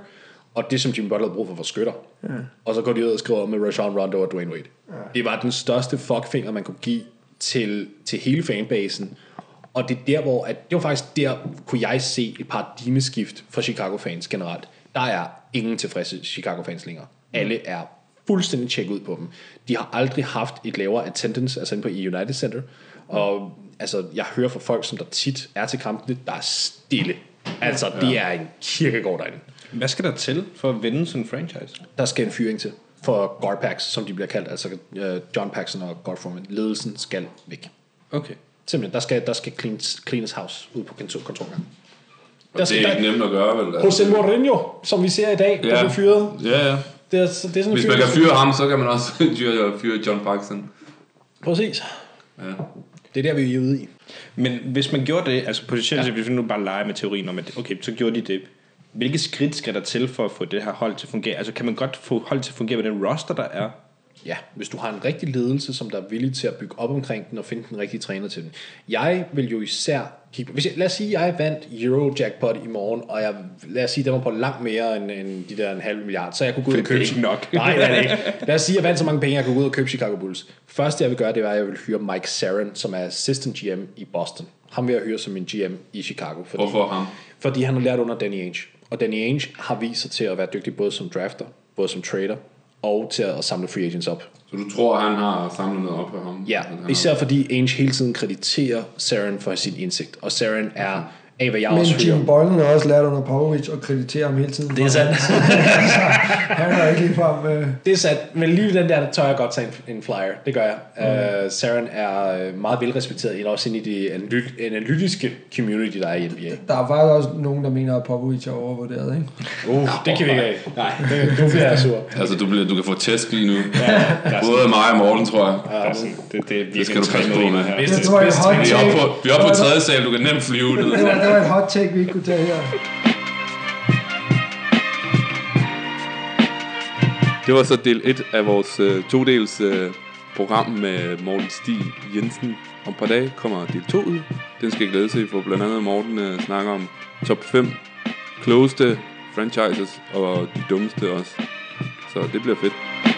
Og det, som Jimmy Butler havde brug for, var skytter. Ja. Og så går de ud og skriver med Rajon Rondo og Dwayne Wade. Ja. Det var den største fuckfinger, man kunne give til, til hele fanbasen. Og det er der, hvor... At, det var faktisk der, kunne jeg se et paradigmeskift for Chicago-fans generelt. Der er ingen tilfredse Chicago-fans længere. Alle er fuldstændig tjekket ud på dem. De har aldrig haft et lavere attendance, altså inde på United Center. Og altså, jeg hører fra folk, som der tit er til kampene, der er stille. Altså, ja. Det er en kirkegård derinde. Hvad skal der til for at vinde sådan en franchise? Der skal en fyring til for guard packs, som de bliver kaldt. Altså uh, John Paxson og guard foreman. Ledelsen skal væk. Okay. Simpelthen, der skal, der skal cleans, cleans house ud på kontorgangen. Der skal, det er ikke nemt at gøre, vel? Jose Mourinho, som vi ser i dag, ja. Der bliver fyret. Ja, ja. Det er, det er sådan Hvis man kan fyre ham, så kan man også fyre John Paxson. Præcis. Ja. Det er der, vi er ude i. Men hvis man gjorde det, altså potentielt, ja. Hvis vi nu bare leger med teorien om, at okay, så gjorde de det. Hvilke skridt skal der til for at få det her hold til at fungere? Altså kan man godt få hold til at fungere med den roster, der er? Ja, hvis du har en rigtig ledelse, som der er villig til at bygge op omkring den og finde den rigtige træner til den. Jeg vil jo især kigge, hvis jeg, lad os sige, at jeg vandt Eurojackpot i morgen, og jeg, lad os sige, at den var på langt mere end, end de der en halv milliard, så jeg kunne gå ud og købe... ikke nok. Nej, det er det ikke. Lad os sige, at jeg vandt så mange penge, jeg kunne gå ud og købe Chicago Bulls. Første jeg vil gøre, det var, at jeg vil hyre Mike Saran, som er assistant G M i Boston. Ham vil jeg hyre som min G M i Chicago. Fordi, Hvorfor ham? Fordi han har lært under Danny Ainge. Og Danny Ainge har vist sig til at være dygtig både som drafter, både som trader, og til at samle free agents op. Så du tror, han har samlet noget op på ham? Ja, især fordi Ainge hele tiden krediterer Saran for sin indsigt. Og Saran er af, hvad jeg Men også Jim Boylen har også lært under Popovich at kreditere ham hele tiden. Det er sandt. Han har ikke lige frem... Uh... Det er sandt, men lige den der, der tør jeg godt tage en, en flyer. Det gør jeg. Mm. Uh, Saran er meget velrespekteret, også ind i det analy- analytiske community, der er i N B A. Der er faktisk også nogen, der mener, at Popovich er overvurderet, ikke? Uh, det kan vi ikke af. Nej, det, du bliver sur. Altså, du, bliver, du kan få tæsk lige nu. Ja, både mig og Morten, tror jeg. Ja, det, det, det, det skal du passe på med. Det tror jeg er hot take. Vi er oppe på, vi er oppe på tredje sal, du kan nemt flyve ned. Det var, det var et hot take, vi ikke kunne tage her. Det var så del et af vores uh, todels uh, program med Morten Stig Jensen. Om et par dage kommer del to ud. Den skal jeg glæde til, for blandt andet Morten uh, snakker om top fem klogeste franchises og de dummeste også. Så det bliver fedt.